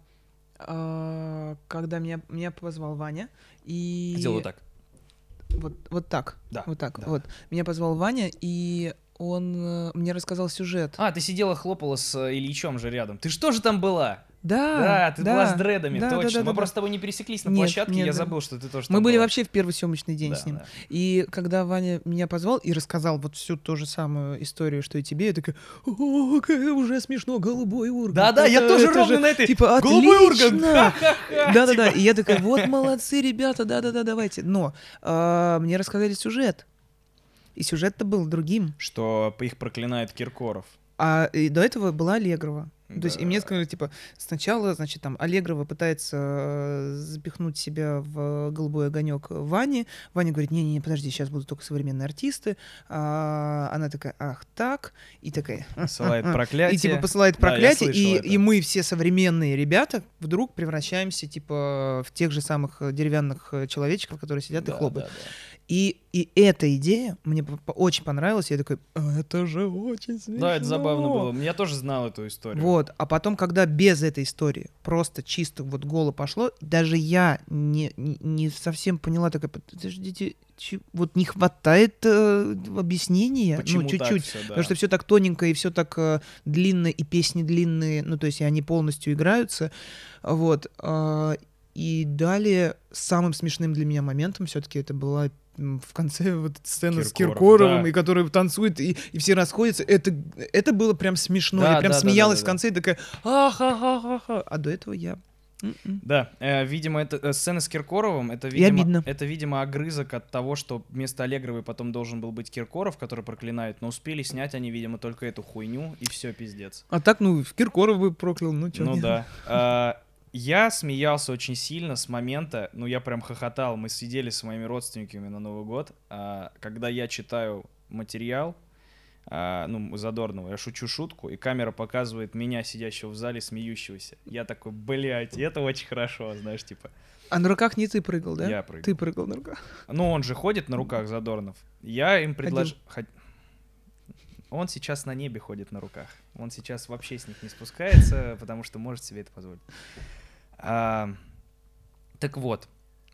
когда меня позвал Ваня, и... Сделаю так. Вот так. Да, Вот так. да. Вот. Меня позвал Ваня, и он мне рассказал сюжет. Ты сидела, хлопала с Ильичом же рядом. Ты что же там была? Да, ты была с дредами, да, точно. да, Мы просто с тобой не пересеклись на Нет, площадке, нет, я да. забыл, что ты тоже Мы там были была. вообще в первый съемочный день Да, с ним. да. И когда Ваня меня позвал и рассказал вот всю ту же самую историю, что и тебе, я такая: о, как уже смешно, «Голубой Ургант». Да-да, я тоже ровно же, на этой, типа, «Голубой отлично. Ургант», ха-ха-ха, Да-да-да, и я такая: вот молодцы, ребята, да-да-да, давайте. Но мне рассказали сюжет. И сюжет-то был другим. Что их проклинает Киркоров. И до этого была Аллегрова. Да. То есть, и мне сказали, типа, сначала, значит, там, Аллегрова пытается запихнуть себя в «Голубой огонек» Вани. Ваня говорит: не-не-не, подожди, сейчас будут только современные артисты. Она такая: ах, так. И такая... Посылает проклятие. И, типа, посылает Да, я проклятие, слышал это. и мы все современные ребята вдруг превращаемся, типа, в тех же самых деревянных человечков, которые сидят и хлопают. Да. И эта идея мне очень понравилась. Я такой: это же очень смешно. Да, это забавно было. Я тоже знал эту историю. Вот, а потом, когда без этой истории просто чисто вот голо пошло, даже я не совсем поняла, такая: подождите, вот не хватает объяснения, Почему ну, так чуть-чуть, всё, да. потому что все так тоненько и все так длинно, и песни длинные, ну, то есть и они полностью играются, вот. И далее самым смешным для меня моментом все-таки это была в конце вот эта сцена с Киркоровым, да. и который танцует, и все расходятся. Это было прям смешно. Да, Я прям да, смеялась да. в конце и такая: ха-ха-ха-ха. А до этого я... Да, видимо, это сцена с Киркоровым, это, И обидно. видимо, огрызок от того, что вместо Аллегровой потом должен был быть Киркоров, который проклинает, но успели снять они, видимо, только эту хуйню, и все, пиздец. А так, ну, Киркоров бы проклял, ну чё. Ну да. Я смеялся очень сильно с момента, я прям хохотал, мы сидели с моими родственниками на Новый год, когда я читаю материал, Задорнова, я шучу шутку, и камера показывает меня, сидящего в зале, смеющегося. Я такой: блядь, это очень хорошо, знаешь, типа. А на руках не ты прыгал, да? Я прыгал. Ты прыгал на руках. Он же ходит на руках, Задорнов. Я им предложил... Он сейчас на небе ходит на руках. Он сейчас вообще с них не спускается, потому что может себе это позволить. Так вот,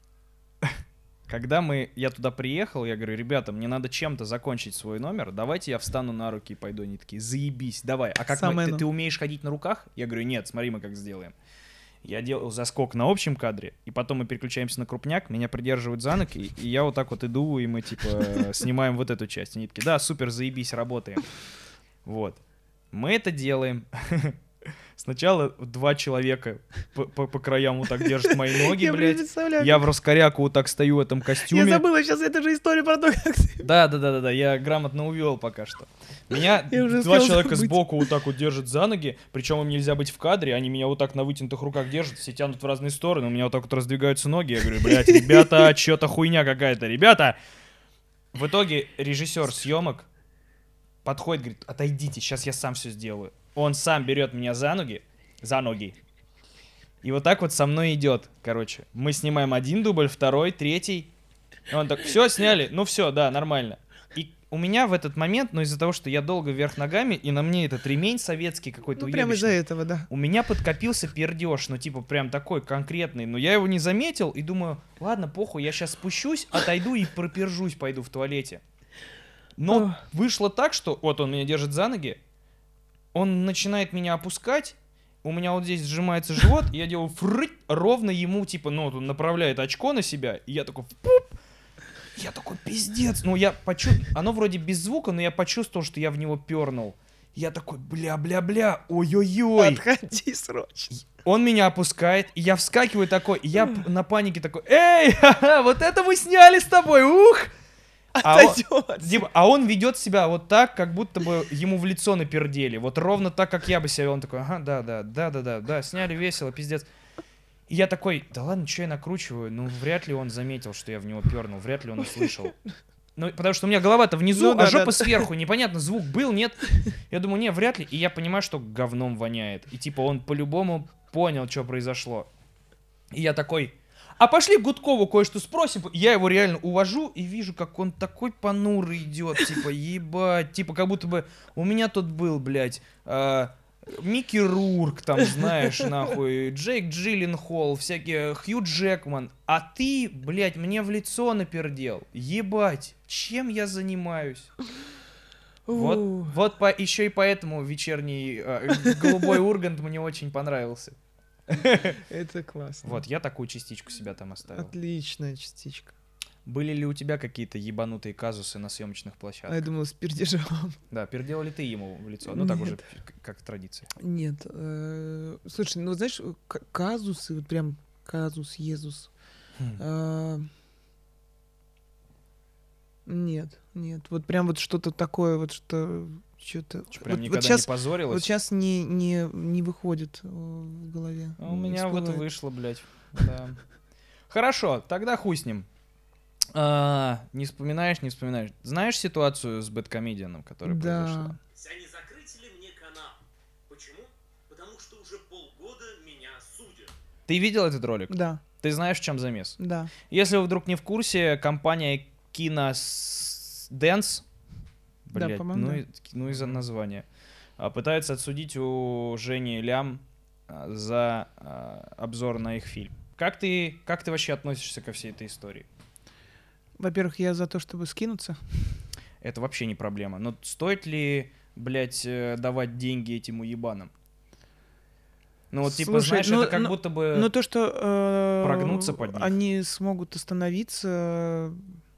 когда я туда приехал, я говорю: ребята, мне надо чем-то закончить свой номер, давайте я встану на руки и пойду. Они такие: заебись, давай. А как ты умеешь ходить на руках? Я говорю: нет, смотри, мы как сделаем. Я делал заскок на общем кадре, и потом мы переключаемся на крупняк, меня придерживают за ноги, и я вот так вот иду, и мы типа снимаем вот эту часть. Они такие: да, супер, заебись, работаем. Вот. Мы это делаем. Сначала 2 человека по краям вот так держат мои ноги, Я блядь. представляю. Я в раскоряку вот так стою в этом костюме. Я забыла сейчас эту же историю про то, как ты... Да, я грамотно увел пока что. Меня Я уже 2 успел человека забыть. сбоку вот так вот держат за ноги, причем им нельзя быть в кадре, они меня вот так на вытянутых руках держат, все тянут в разные стороны, у меня вот так вот раздвигаются ноги, я говорю, блядь, ребята, чё-то хуйня какая-то, ребята! В итоге режиссер съемок подходит, говорит, отойдите, сейчас я сам все сделаю. Он сам берет меня за ноги, и вот так вот со мной идет, короче. Мы снимаем 1 дубль, 2, 3. Он так, все, сняли, ну все, да, нормально. И у меня в этот момент, ну из-за того, что я долго вверх ногами, и на мне этот ремень советский какой-то Ну, прямо из-за уебищный, этого, да. у меня подкопился пердеж, ну типа прям такой конкретный, но я его не заметил и думаю, ладно, похуй, я сейчас спущусь, отойду и пропержусь, пойду в туалете. Но вышло так, что вот он меня держит за ноги, он начинает меня опускать, у меня вот здесь сжимается живот, и я делаю фрыть, ровно ему, типа, ну, вот он направляет очко на себя, и я такой, пуп, я такой, пиздец, ну, я почувствовал, оно вроде без звука, но я почувствовал, что я в него пернул. Я такой, бля-бля-бля, ой-ой-ой. Отходи срочно. Он меня опускает, и я вскакиваю такой, и я на панике такой, эй, ха-ха, вот это мы сняли с тобой, ух! А он ведет себя вот так, как будто бы ему в лицо напердели. Вот ровно так, как я бы себя вел. Он такой, ага, да, сняли весело, пиздец. И я такой, да ладно, что я накручиваю? Ну, вряд ли он заметил, что я в него пернул, вряд ли он услышал. Ну, потому что у меня голова-то внизу, Ну, а да, жопа да. сверху, непонятно, звук был, нет? Я думаю, не, вряд ли. И я понимаю, что говном воняет. И типа он по-любому понял, что произошло. И я такой... А пошли к Гудкову кое-что спросим. Я его реально увожу и вижу, как он такой понурый идет. Типа, ебать. Типа, как будто бы у меня тут был, блядь, Микки Рурк, там, знаешь, нахуй, Джейк Джилленхол, всякие, Хью Джекман. А ты, блядь, мне в лицо напердел. Ебать, чем я занимаюсь? Вот еще и поэтому вечерний голубой Ургант мне очень понравился. Это классно. Вот, я такую частичку себя там оставил. Отличная частичка. Были ли у тебя какие-то ебанутые казусы на съемочных А я площадках? думал, с пердежом. Да, пердел ли ты ему в лицо? Ну, так Нет. уже, как традиция. Нет. Слушай, ну знаешь, казусы, вот прям казус, Езус. Нет. Вот прям вот что-то такое, вот что-то... Прям Вот никогда сейчас, не позорилась? вот сейчас не выходит в голове. А у меня не вот всплывает. вышло, блядь. Да. Хорошо, тогда хуй с ним. Не вспоминаешь. Знаешь ситуацию с бэдкомедианом, которая произошла? Да. Не закрыть ли мне канал? Почему? Потому что уже полгода меня судят. Ты видел этот ролик? Да, Ты знаешь, в чем замес? да. Если вы вдруг не в курсе, компания Киноденс, Да, блядь, по-моему, ну из-за названия, пытается отсудить у Жени Лям за обзор на их фильм. Как ты вообще относишься ко всей этой истории? Во-первых, я за то, чтобы скинуться. Это вообще не проблема. Но стоит ли, блядь, давать деньги этим уебанам? Ну вот, типа, Слушай, знаешь, ну, это как будто бы... Но то, что прогнуться под них. они смогут остановиться...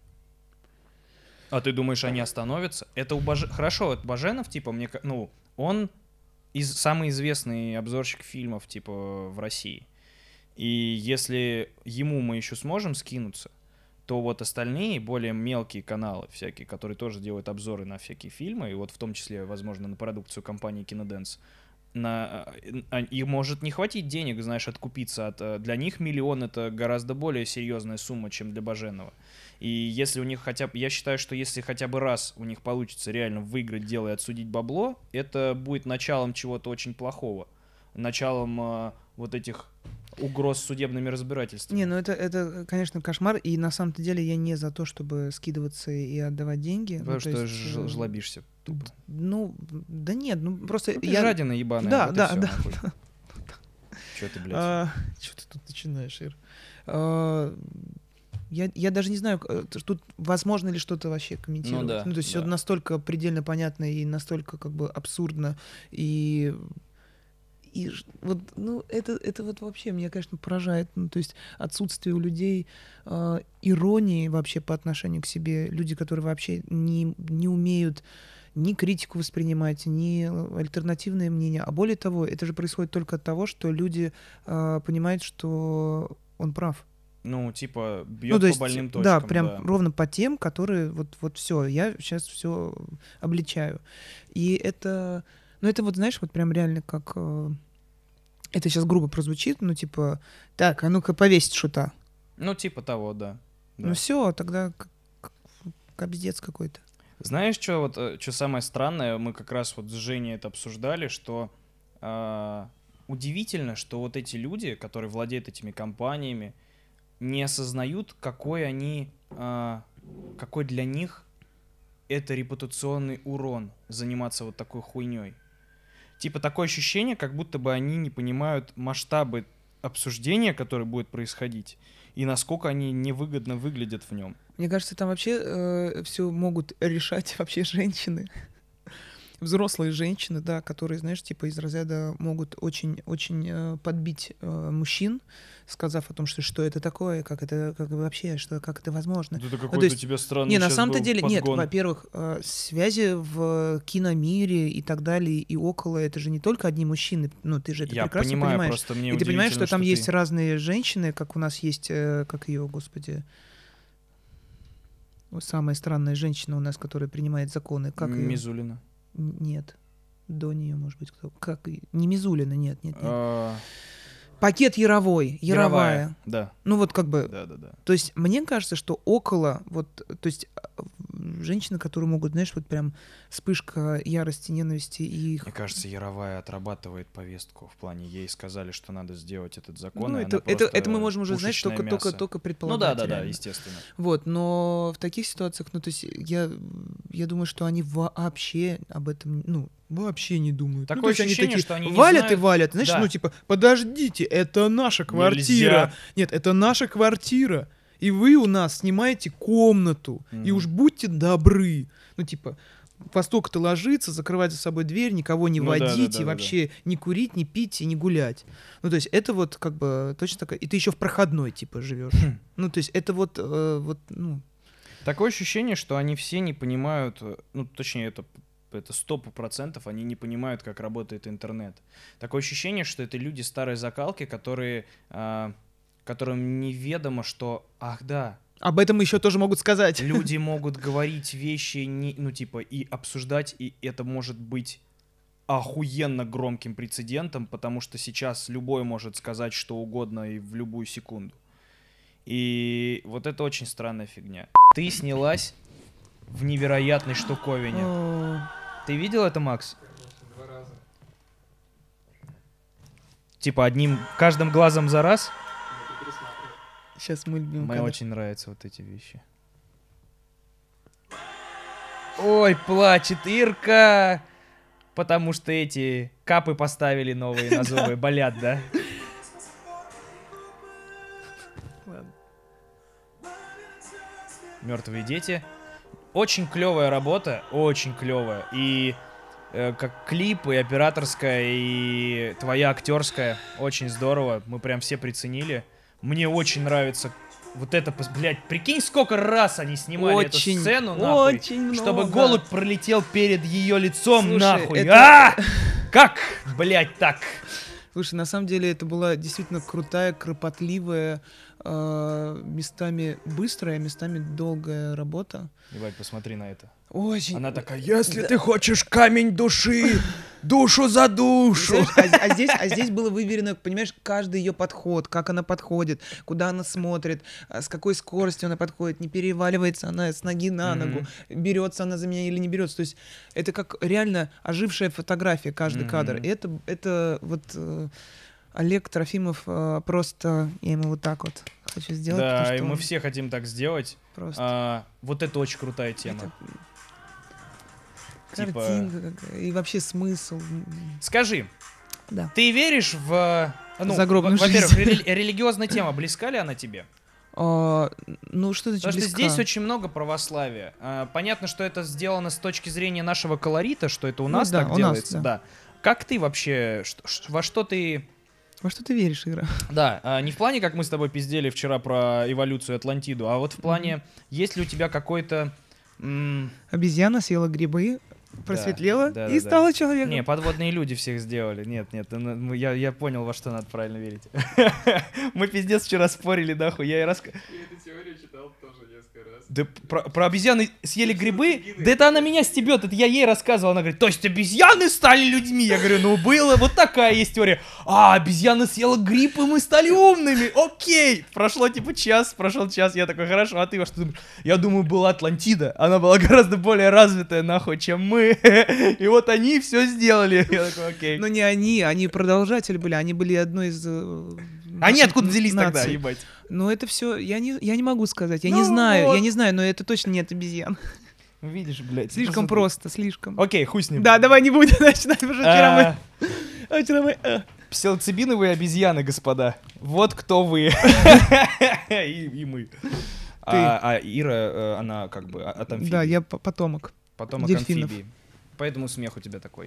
А ты думаешь, они остановятся? Это Хорошо, вот Баженов, типа, он самый известный обзорщик фильмов, типа, в России. И если ему мы еще сможем скинуться, то вот остальные, более мелкие каналы всякие, которые тоже делают обзоры на всякие фильмы, и вот в том числе, возможно, на продукцию компании Киноденс, им может не хватить денег, знаешь, откупиться для них 1 миллион — это гораздо более серьезная сумма, чем для Баженова. И если у них я считаю, что если хотя бы раз у них получится реально выиграть дело и отсудить бабло, это будет началом чего-то очень плохого. Началом вот этих угроз судебными разбирательствами. Не, ну это, конечно, кошмар, и на самом-то деле я не за то, чтобы скидываться и отдавать деньги. Потому Ну, то что есть, жлобишься. Тупо. Ну, да нет, ну просто... Ну, ты жадина ебаная. Да, вот и да, всё, да. нахуй. Чё ты, блядь? Что ты тут начинаешь, Ир? Я даже не знаю, тут возможно ли что-то вообще комментировать. Ну да, то есть все да. настолько предельно понятно и настолько как бы абсурдно. И вот, ну, это вот вообще меня, конечно, поражает. Ну, то есть отсутствие у людей иронии вообще по отношению к себе. Люди, которые вообще не умеют ни критику воспринимать, ни альтернативные мнения. А более того, это же происходит только от того, что люди понимают, что он прав. Ну, типа, Ну, бьет то по есть, больным точкам. да, прям ровно по тем, которые вот все, я сейчас все обличаю. И это, ну, это вот, знаешь, вот прям реально как... это сейчас грубо прозвучит, ну, типа, так, а ну-ка повесить шута. Ну, типа того, да. Да. Ну, все, тогда кобздец какой-то. Знаешь, что самое странное? Мы как раз вот с Женей это обсуждали, что удивительно, что вот эти люди, которые владеют этими компаниями, не осознают, какой для них это репутационный урон заниматься вот такой хуйней. Типа такое ощущение, как будто бы они не понимают масштабы обсуждения, которое будет происходить, и насколько они невыгодно выглядят в нем. Мне кажется, там вообще все могут решать вообще женщины. Взрослые женщины, да, которые, знаешь, типа из разряда могут очень подбить мужчин, сказав о том, что это такое, как вообще, как это возможно. Это какой-то у тебя странный Не, на самом-то деле, нет, во-первых, связи в киномире и так далее, и около, это же не только одни мужчины, ну, ты же это Я прекрасно понимаю, понимаешь. просто мне И ты понимаешь, что удивительно, там что есть ты- разные женщины, как у нас есть, как ее, господи, самая странная женщина у нас, которая принимает законы, как её? Мизулина. Нет. До нее, может быть, кто. Как? Не Мизулина, нет. А, Пакет Яровой. Яровая. Да, Ну вот как бы. да. То есть мне кажется, что около вот, то есть женщины, которые могут, знаешь, вот прям вспышка ярости, ненависти и Мне кажется, Яровая отрабатывает повестку в плане, ей сказали, что надо сделать этот закон, ну, и это, она просто это мы можем уже, знаешь, пушечное мясо. только Ну предполагать. да, реально. естественно. Вот, но в таких ситуациях, ну, то есть я думаю, что они вообще об этом, ну, вообще не думают. Такое ну, то есть ощущение, они такие, что они не валят знают. и валят. Знаешь, Да. ну, типа, подождите, это наша квартира. Нельзя. Нет, это наша квартира. И вы у нас снимаете комнату. И Мгм. уж будьте добры. Ну, типа, во столько-то ложиться, закрывать за собой дверь, никого не Ну да, водить, да, и да, вообще не курить, не пить и не гулять. Ну, то есть это вот как бы точно такая... И ты еще в проходной, типа, живешь. Ну, то есть это вот, ну... Такое ощущение, что они все не понимают, ну, точнее, это 100%, они не понимают, как работает интернет. Такое ощущение, что это люди старой закалки, которым неведомо, что, ах да, Об этом еще тоже могут сказать. люди могут говорить вещи, ну, типа, и обсуждать, и это может быть охуенно громким прецедентом, потому что сейчас любой может сказать что угодно и в любую секунду. И вот это очень странная фигня. Ты снялась в невероятной штуковине. О, Ты видел это, Макс? 2 раза. Типа каждым глазом за раз? Сейчас мы любим Мне кадр. очень нравятся вот эти вещи. Ой, плачет Ирка! Потому что эти капы поставили новые на зубы. Болят, да? Ладно. Мертвые дети. Очень клевая работа, очень клевая. И как клип, и операторская, и твоя актерская. Очень здорово. Мы прям все приценили. Мне очень нравится вот это, блядь, прикинь, сколько раз они снимали эту Очень, сцену, нахуй, очень много. чтобы голубь пролетел перед ее лицом, Слушай, нахуй. это- Как, блядь, так? Слушай, на самом деле это была действительно крутая, кропотливая, местами быстрая, местами долгая работа. Ебать, посмотри на это. Очень. Она такая, если ты хочешь камень души, душу за душу. Знаешь, а здесь было выверено, понимаешь, каждый ее подход, как она подходит, куда она смотрит, с какой скоростью она подходит, не переваливается она с ноги на ногу, берется она за меня или не берется. То есть это как реально ожившая фотография, каждый кадр. И это вот Олег Трофимов просто, я ему вот так вот хочу сделать. Да, потому и что мы он все хотим так сделать. просто... Вот это очень крутая тема. это Типа- картинка какая, и вообще смысл. Скажи, Да. ты веришь в... Ну, Загробную во-первых, жизнь. религиозная тема, близка ли она тебе? Ну, что значит Потому что близка? здесь очень много православия. Понятно, что это сделано с точки зрения нашего колорита, что это у нас да, так у нас, делается, да. да. Как ты вообще, во что ты... Во что ты веришь, Ира? Да, не в плане, как мы с тобой пиздели вчера про эволюцию Атлантиду, а вот в плане, есть ли у тебя какой-то... Обезьяна съела грибы, просветлела Да, и да. стала человеком. Не, подводные люди всех сделали. Нет, я понял, во что надо правильно верить. Мы пиздец вчера спорили, нахуй. Я Я эту теорию читал тоже несколько раз. Да про обезьяны съели грибы? Да это она меня стебет, это я ей рассказывал. Она говорит, то есть обезьяны стали людьми? Я говорю, ну было, вот такая есть теория. А, обезьяна съела гриб, и мы стали умными. Окей. Прошел час, я такой, хорошо, а ты во что думаешь? Я думаю, была Атлантида, она была гораздо более развитая, нахуй, чем мы. И вот они все сделали. Я такой, окей. Но не они продолжатели были, они были одной из... Они откуда взялись тогда, наций. ебать? Ну это все, я не могу сказать, я Ну не знаю, вот. я не знаю, но это точно нет обезьян. Видишь, блядь. Слишком просто, слишком. Окей, хуй с ним. Да, давай не будем начинать, потому что вчера мы... Псилоцибиновые обезьяны, господа. Вот кто вы. И мы. А Ира, она как бы от амфибии. Да, я потомок. Потомок дельфинов. амфибии. Поэтому смех у тебя такой.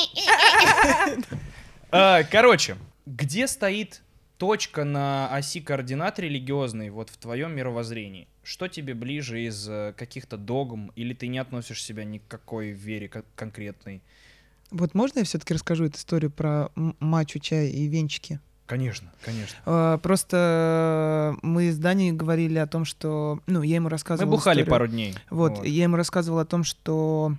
Короче, где стоит точка на оси координат религиозной вот в твоем мировоззрении? Что тебе ближе из каких-то догм? Или ты не относишь себя ни к какой вере конкретной? Вот можно я все-таки расскажу эту историю про мачу, чай и венчики? Конечно, конечно. Просто мы с Даней говорили о том, что... Ну, я ему рассказывал Мы бухали историю. пару дней. Вот, я ему рассказывал о том, что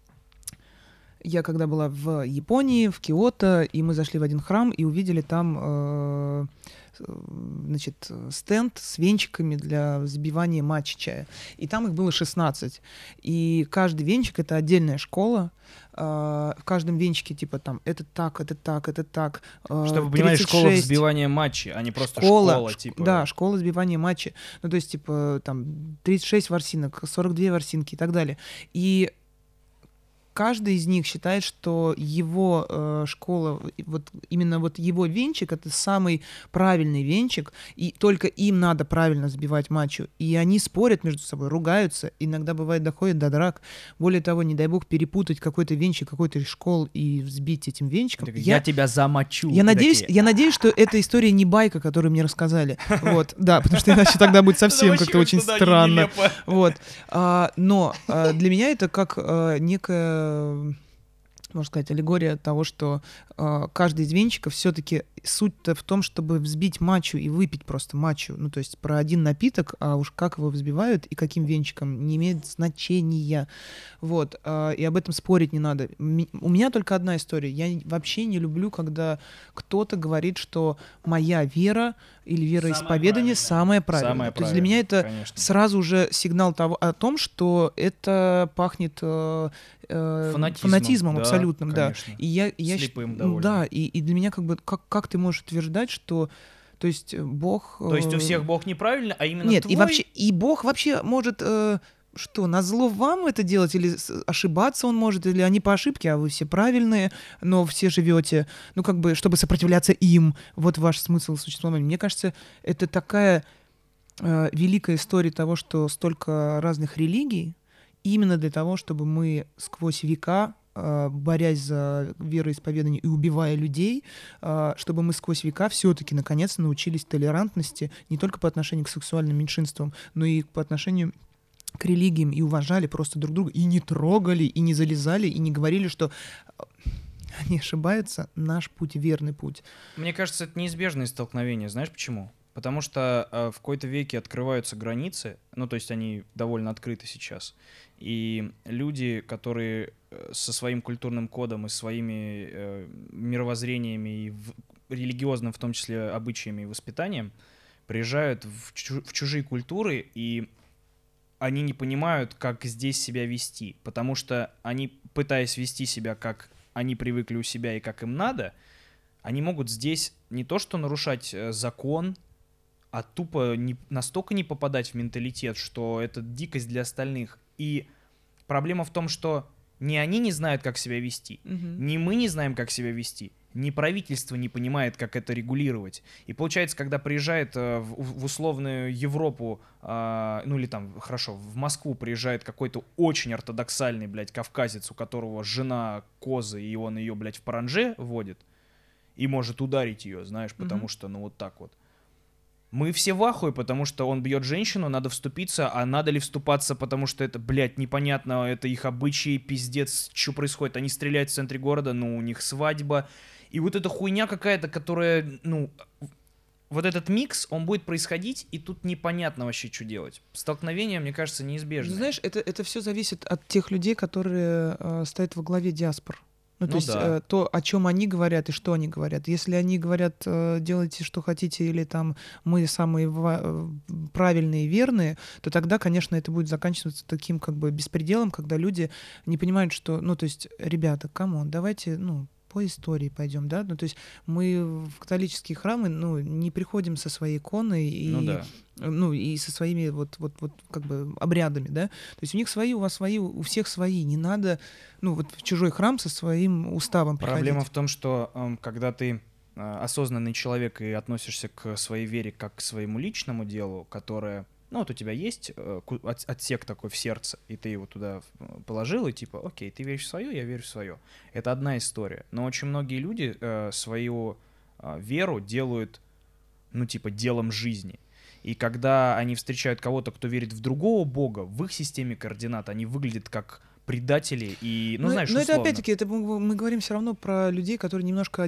я когда была в Японии, в Киото, и мы зашли в один храм и увидели там, значит, стенд с венчиками для взбивания матча чая. И там их было 16. И каждый венчик — это отдельная школа. В каждом венчике, типа, там, это так, это так, это так. Чтобы вы понимали, школа 36. взбивания матча, а не просто школа типа... Да, школа взбивания матча. Ну, то есть, типа, там, 36 ворсинок, 42 ворсинки и так далее. И каждый из них считает, что его школа, вот именно вот его венчик — это самый правильный венчик, и только им надо правильно взбивать матчу. И они спорят между собой, ругаются, иногда бывает доходит до драк. Более того, не дай бог перепутать какой-то венчик какой-то из школ и взбить этим венчиком. Я тебя замочу. Я надеюсь, что эта история не байка, которую мне рассказали. Вот, да, потому что иначе тогда будет совсем как-то очень странно. Вот. Но для меня это как некая, можно сказать, аллегория того, что каждый из венчиков все-таки суть-то в том, чтобы взбить матчу и выпить просто матчу. Ну, то есть про один напиток, а уж как его взбивают и каким венчиком, не имеет значения. Вот. И об этом спорить не надо. У меня только одна история. Я вообще не люблю, когда кто-то говорит, что моя вера или вероисповедание самое правильное. То есть для меня это сразу же сигнал о том, что это пахнет фанатизмом абсолютным, да. И я слепым довольно. Да, и для меня как бы как ты можешь утверждать, что, то есть Бог... То есть у всех Бог неправильно, а именно Нет, твой... и Бог вообще может... Что, назло вам это делать, или ошибаться он может, или они по ошибке, а вы все правильные, но все живете, ну, как бы, чтобы сопротивляться им. Вот ваш смысл существования. Мне кажется, это такая великая история того, что столько разных религий, именно для того, чтобы мы сквозь века, борясь за вероисповедание и убивая людей, чтобы мы сквозь века все-таки наконец научились толерантности не только по отношению к сексуальным меньшинствам, но и по отношению к религиям, и уважали просто друг друга, и не трогали, и не залезали, и не говорили, что они ошибаются, наш путь — верный путь. Мне кажется, это неизбежное столкновение. Знаешь почему? Потому что в какой-то веке открываются границы, ну, то есть они довольно открыты сейчас, и люди, которые со своим культурным кодом и своими мировоззрениями, и религиозным, в том числе, обычаями и воспитанием, приезжают в чужие культуры, и они не понимают, как здесь себя вести, потому что они, пытаясь вести себя, как они привыкли у себя и как им надо, они могут здесь не то что нарушать закон, а тупо настолько не попадать в менталитет, что это дикость для остальных. И проблема в том, что ни они не знают, как себя вести, ни мы не знаем, как себя вести, ни правительство не понимает, как это регулировать. И получается, когда приезжает в условную Европу, ну или там, хорошо, в Москву приезжает какой-то очень ортодоксальный, блядь, кавказец, у которого жена козы, и он ее, блядь, в паранже водит, и может ударить ее, знаешь, потому что, ну вот так вот. Мы все в ахуе, потому что он бьет женщину, надо вступиться, а надо ли вступаться, потому что это, блядь, непонятно, это их обычаи, пиздец, что происходит. Они стреляют в центре города, ну, у них свадьба. И вот эта хуйня какая-то, которая, ну, вот этот микс, он будет происходить, и тут непонятно вообще, что делать. Столкновение, мне кажется, неизбежно. Ну, знаешь, это все зависит от тех людей, которые стоят во главе диаспор. Ну, то Ну есть да. то, о чем они говорят и что они говорят. Если они говорят, делайте, что хотите, или там мы самые правильные и верные, то тогда, конечно, это будет заканчиваться таким как бы беспределом, когда люди не понимают, что, ну, то есть, ребята, камон, давайте, ну, по истории пойдем, да, ну, то есть мы в католические храмы, ну, не приходим со своей иконой и, Ну да. ну, и со своими вот как бы обрядами, да, то есть у них свои, у вас свои, у всех свои, не надо, ну, вот в чужой храм со своим уставом приходить. Проблема в том, что когда ты осознанный человек и относишься к своей вере как к своему личному делу, которое, ну вот у тебя есть отсек такой в сердце, и ты его туда положил, и типа, окей, ты веришь в свое, я верю в свое. Это одна история. Но очень многие люди свою веру делают, ну типа, делом жизни. И когда они встречают кого-то, кто верит в другого бога, в их системе координат они выглядят как предатели и, ну, знаешь, но это условно. опять-таки, это мы говорим все равно про людей, которые немножко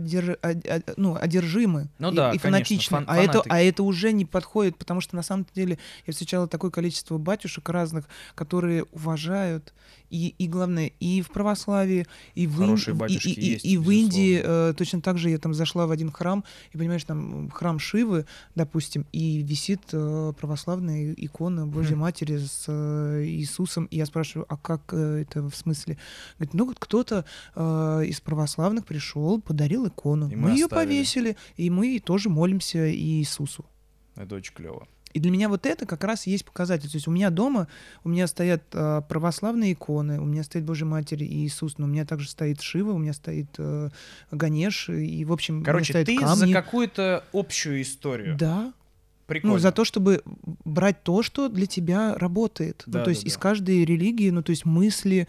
одержимы Ну и, да, и конечно, фанатичны. фанаты. А это уже не подходит, потому что на самом деле я встречала такое количество батюшек разных, которые уважают и главное, и в православии, и в, Хорошие батюшки есть, и в Индии. безусловно. Точно так же я там зашла в один храм, и понимаешь, там храм Шивы, допустим, и висит православная икона Божьей Матери с Иисусом, и я спрашиваю, а как это в смысле? Говорит, ну вот кто-то из православных пришел, подарил икону, И мы ее оставили. повесили, и мы тоже молимся Иисусу. Это очень клево. И для меня вот это как раз и есть показатель. То есть у меня дома, у меня стоят православные иконы, у меня стоит Божья Матерь и Иисус, но у меня также стоит Шива, у меня стоит Ганеш, и, в общем, у меня Короче, стоят ты камни. за какую-то общую историю. Да. Прикольно. Ну, за то, чтобы брать то, что для тебя работает. Да, ну, то есть да, из да. каждой религии, ну, то есть мысли,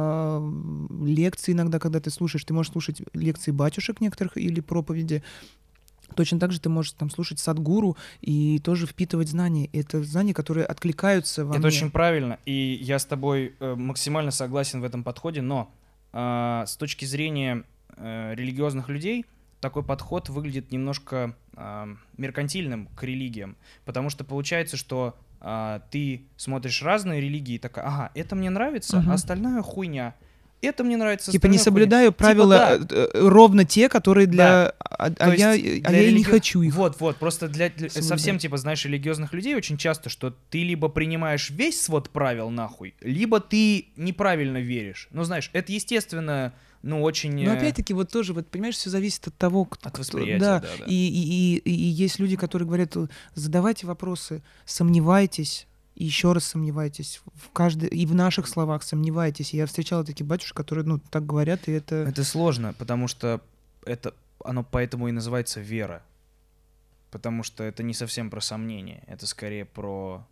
лекции иногда, когда ты слушаешь, ты можешь слушать лекции батюшек некоторых или проповеди. Точно так же ты можешь там слушать садгуру и тоже впитывать знания. Это знания, которые откликаются во Это мне. очень правильно, и я с тобой максимально согласен в этом подходе, но с точки зрения религиозных людей такой подход выглядит немножко меркантильным к религиям, потому что получается, что ты смотришь разные религии и такая, ага, это мне нравится, Мгм. а остальная хуйня. Это мне нравится, Типа не остальная хуйня. соблюдаю правила да. ровно те, которые для... То А я есть и для не хочу их. Вот, просто для соблюдать. совсем, типа, знаешь, религиозных людей очень часто, что ты либо принимаешь весь свод правил нахуй, либо ты неправильно веришь. Ну, знаешь, это естественно, ну, очень... Но опять-таки вот тоже, вот понимаешь, все зависит от того, кто... От восприятия, да. да. И есть люди, которые говорят, задавайте вопросы, сомневайтесь, и еще раз сомневайтесь. И в наших словах сомневайтесь. Я встречала таких батюшек, которые, ну, так говорят, и это... Это сложно, потому что оно поэтому и называется вера. Потому что это не совсем про сомнение, это скорее про...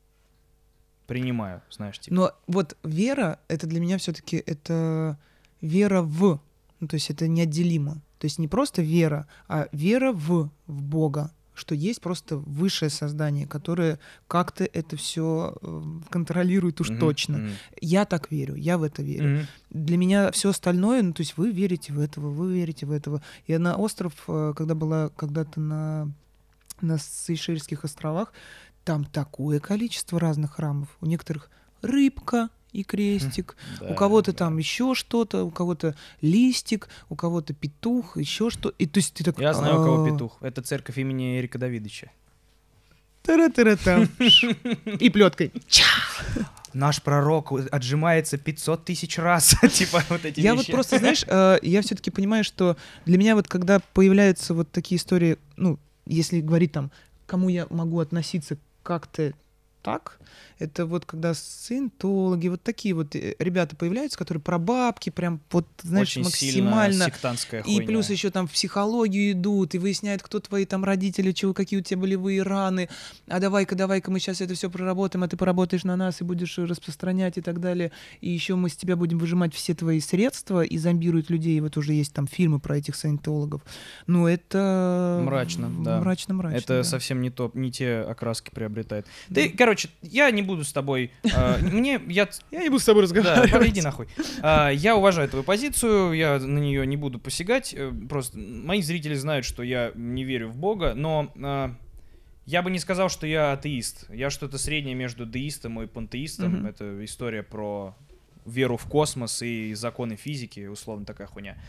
Принимаю, знаешь, типа. Но вот вера, это для меня все-таки это вера в, ну, то есть это неотделимо. То есть не просто вера, а вера в Бога, что есть просто высшее создание, которое как-то это все контролирует уж Мгм, точно. мгм, Я так верю, я в это верю. мгм. Для меня все остальное, ну, то есть вы верите в этого, вы верите в этого. Я на остров, когда была когда-то на Сейшельских островах, там такое количество разных храмов. У некоторых рыбка и крестик, Да, у кого-то да. там еще что-то, у кого-то листик, у кого-то петух, еще что. И то есть ты так... Я знаю, у кого петух. Это церковь имени Эрика Давидовича. Тара-тара-там. И плеткой. Наш пророк отжимается 500 тысяч раз. Типа вот эти Я вещи. вот просто, знаешь, я все-таки понимаю, что для меня вот когда появляются вот такие истории, ну, если говорить там, кому я могу относиться как-то так, это вот когда саентологи, вот такие вот ребята появляются, которые про бабки, прям вот, знаешь, Очень максимально... сильно сектантская И хуйня. плюс еще там в психологию идут и выясняют, кто твои там родители, чего, какие у тебя болевые раны. А давай-ка, мы сейчас это все проработаем, а ты поработаешь на нас и будешь распространять и так далее. И еще мы с тебя будем выжимать все твои средства и зомбируют людей. Вот уже есть там фильмы про этих саентологов. Ну, это... Мрачно, да. Мрачно. Это да. совсем не те окраски приобретает. Ты, короче, я не буду с тобой... Я не буду с тобой Да, иди нахуй. Я уважаю твою позицию, я на нее не буду посягать. Просто мои зрители знают, что я не верю в Бога, но я бы не сказал, что я атеист. Я что-то среднее между деистом и пантеистом. Это история про веру в космос и законы физики, условно такая хуйня.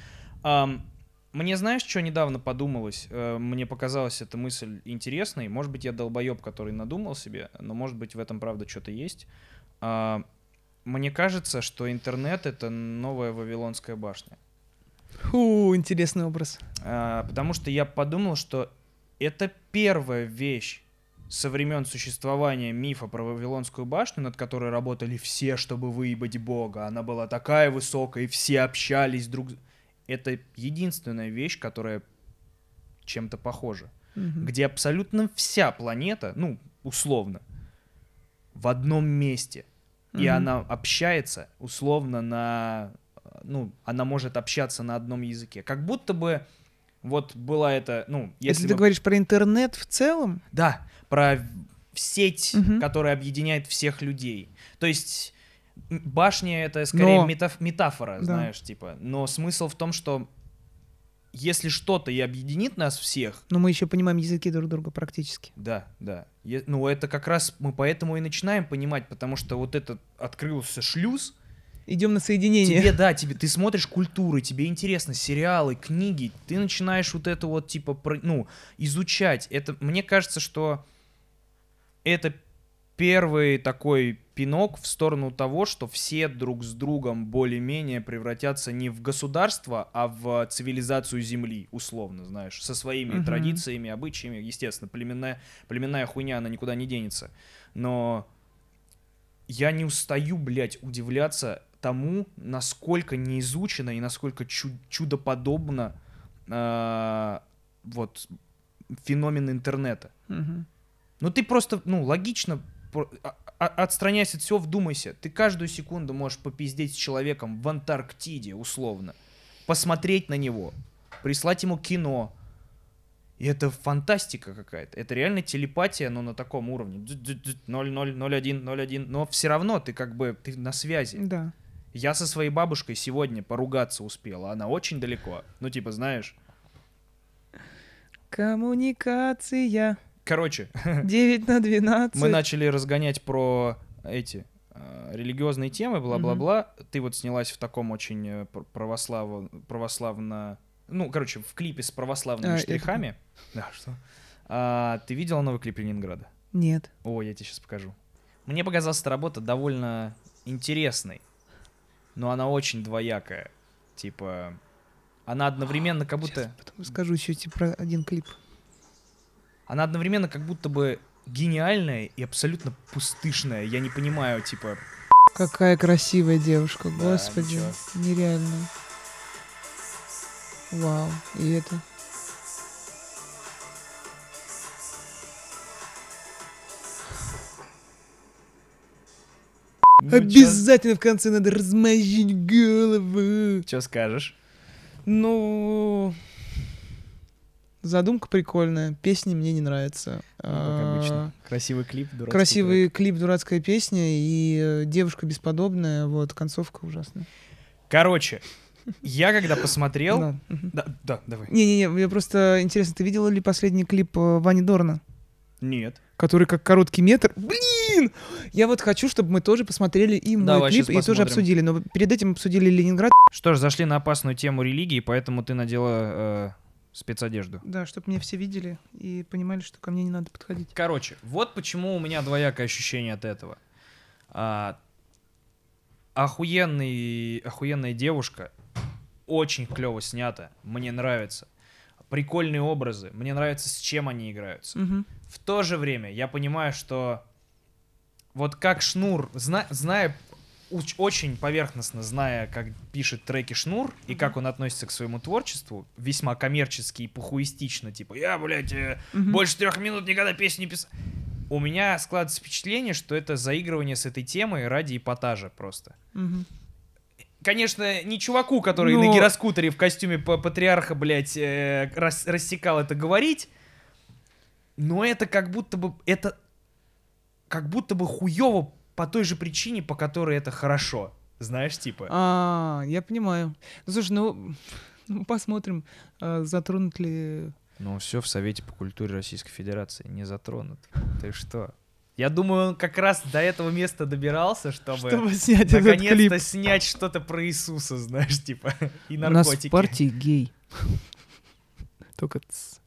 Мне знаешь, что недавно подумалось? Мне показалась эта мысль интересной. Может быть, я долбоеб, который надумал себе, но может быть в этом правда что-то есть. Мне кажется, что интернет — это новая Вавилонская башня. Интересный образ. Потому что я подумал, что это первая вещь со времен существования мифа про Вавилонскую башню, над которой работали все, чтобы выебать Бога. Она была такая высокая, и все общались друг с другом. Это единственная вещь, которая чем-то похожа. Где абсолютно вся планета, ну, условно, в одном месте. И она общается, условно, она может общаться на одном языке. Как будто бы вот была это, Если ты говоришь про интернет в целом? Да, про сеть, которая объединяет всех людей. То есть башня — это скорее метафора, знаешь, типа. Но смысл в том, что если что-то и объединит нас всех... Но мы еще понимаем языки друг друга практически. Да. Это как раз мы поэтому и начинаем понимать, потому что вот этот открылся шлюз. Идем на соединение. Ты смотришь культуры, тебе интересно, сериалы, книги, ты начинаешь вот это вот, типа, изучать. Это, мне кажется, что это первый такой пинок в сторону того, что все друг с другом более-менее превратятся не в государство, а в цивилизацию Земли, условно, знаешь, со своими традициями, обычаями. Естественно, племенная хуйня, она никуда не денется. Но я не устаю, блядь, удивляться тому, насколько неизучено и насколько чудоподобно вот феномен интернета. Ну ты просто, логично отстраняйся от всего, вдумайся. Ты каждую секунду можешь попиздеть с человеком в Антарктиде, условно. Посмотреть на него. Прислать ему кино. И это фантастика какая-то. Это реально телепатия, но на таком уровне. 0-0-0-1-0-1. Но все равно ты ты на связи. Да. Я со своей бабушкой сегодня поругаться успел. Она очень далеко. Знаешь. Коммуникация. Короче, 9/12. мы начали разгонять про эти религиозные темы, бла-бла-бла. Ты вот снялась в таком очень православно... в клипе с православными штрихами. Да, что? Ты видела новый клип Ленинграда? Нет. О, я тебе сейчас покажу. Мне показалась эта работа довольно интересной, но она очень двоякая. Типа, она одновременно как будто... Сейчас потом расскажу еще про один клип. Она одновременно как будто бы гениальная и абсолютно пустышная. Я не понимаю, типа... Какая красивая девушка, Да, господи. ничего. Нереально. Вау. И это... Обязательно в конце надо размозжить голову. Что скажешь? Задумка прикольная, песни мне не нравятся. Как обычно. Красивый клип, дурацкий Красивый клип, дурацкая песня и девушка бесподобная, вот, концовка ужасная. Короче, я когда посмотрел... Да, давай. Не-не-не, мне просто интересно, ты видела ли последний клип Вани Дорна? Нет. Который как короткий метр. Блин! Я вот хочу, чтобы мы тоже посмотрели и мой Давай, клип, щас и тоже посмотрим. обсудили. Но перед этим обсудили Ленинград. Что ж, зашли на опасную тему религии, поэтому ты надела спецодежду. Да, чтобы меня все видели и понимали, что ко мне не надо подходить. Короче, вот почему у меня двоякое ощущение от этого. Охуенная девушка, очень клево снята, мне нравится. Прикольные образы, мне нравится, с чем они играются. Угу. В то же время я понимаю, что вот как Шнур, зная, очень поверхностно зная, как пишет треки Шнур и как он относится к своему творчеству, весьма коммерчески и похуистично, типа, я, блядь, больше 3 минут никогда песню не писал. У меня складывается впечатление, что это заигрывание с этой темой ради эпатажа просто. Мгм. Конечно, не чуваку, который Но- на гироскутере в костюме патриарха, блядь, рассекал это говорить, но это как будто бы хуёво по той же причине, по которой это хорошо. Знаешь, типа. Я понимаю. Ну, слушай, ну, посмотрим, затронут ли... Ну, все в Совете по культуре Российской Федерации не затронут. Ты что? Я думаю, он как раз до этого места добирался, чтобы снять этот клип. наконец-то снять что-то про Иисуса, знаешь, типа, и У нас наркотики. в партии гей. Только...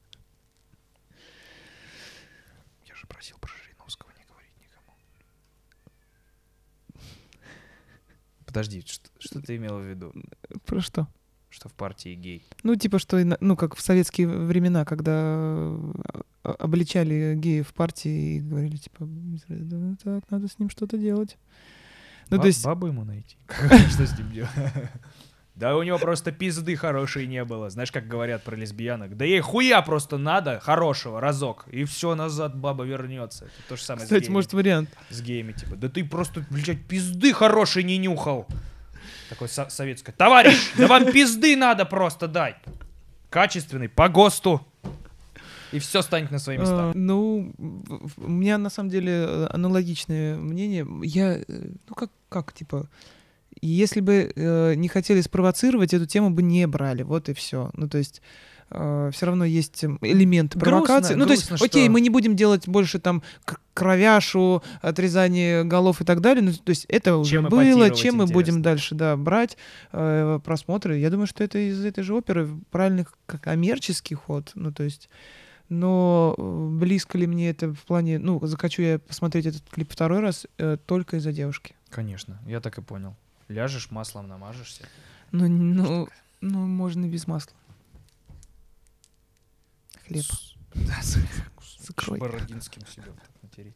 Я же просил про Жириновского не говорить никому. Подожди, что ты имела в виду? Про что? Что в партии гей? Ну, типа, что, ну, как в советские времена, когда обличали геев в партии и говорили, типа, ну, так, надо с ним что-то делать. Ну, то есть... Бабу ему найти? Что с ним делать? Да у него просто пизды хорошей не было. Знаешь, как говорят про лесбиянок? Да ей хуя просто надо, хорошего, разок, и все, назад баба вернется. Это то же самое Кстати, с геями. может, вариант. С геями, типа, да ты просто, блядь, пизды хорошей не нюхал. Такой советское. Товарищ, да вам пизды надо просто дать. Качественный, по ГОСТу. И все станет на свои места. Ну, у меня на самом деле аналогичное мнение. Я, ну как типа, если бы не хотели спровоцировать, эту тему бы не брали, вот и все. Ну, то есть все равно есть элемент провокации. Ну, то есть, грустно, окей, что- мы не будем делать больше там кровяшу, отрезание голов и так далее. Ну, то есть это уже Чем было, эпатировать, чем мы будем интересно. дальше, да, брать просмотры. Я думаю, что это из этой же оперы правильный коммерческий ход. Ну, то есть... Но близко ли мне это в плане... Ну, захочу я посмотреть этот клип второй раз только из-за девушки. Конечно, я так и понял. Ляжешь, маслом намажешься. Ну, можно и без масла. Хлеб. Закрой. Бородинским себя вот так натереть.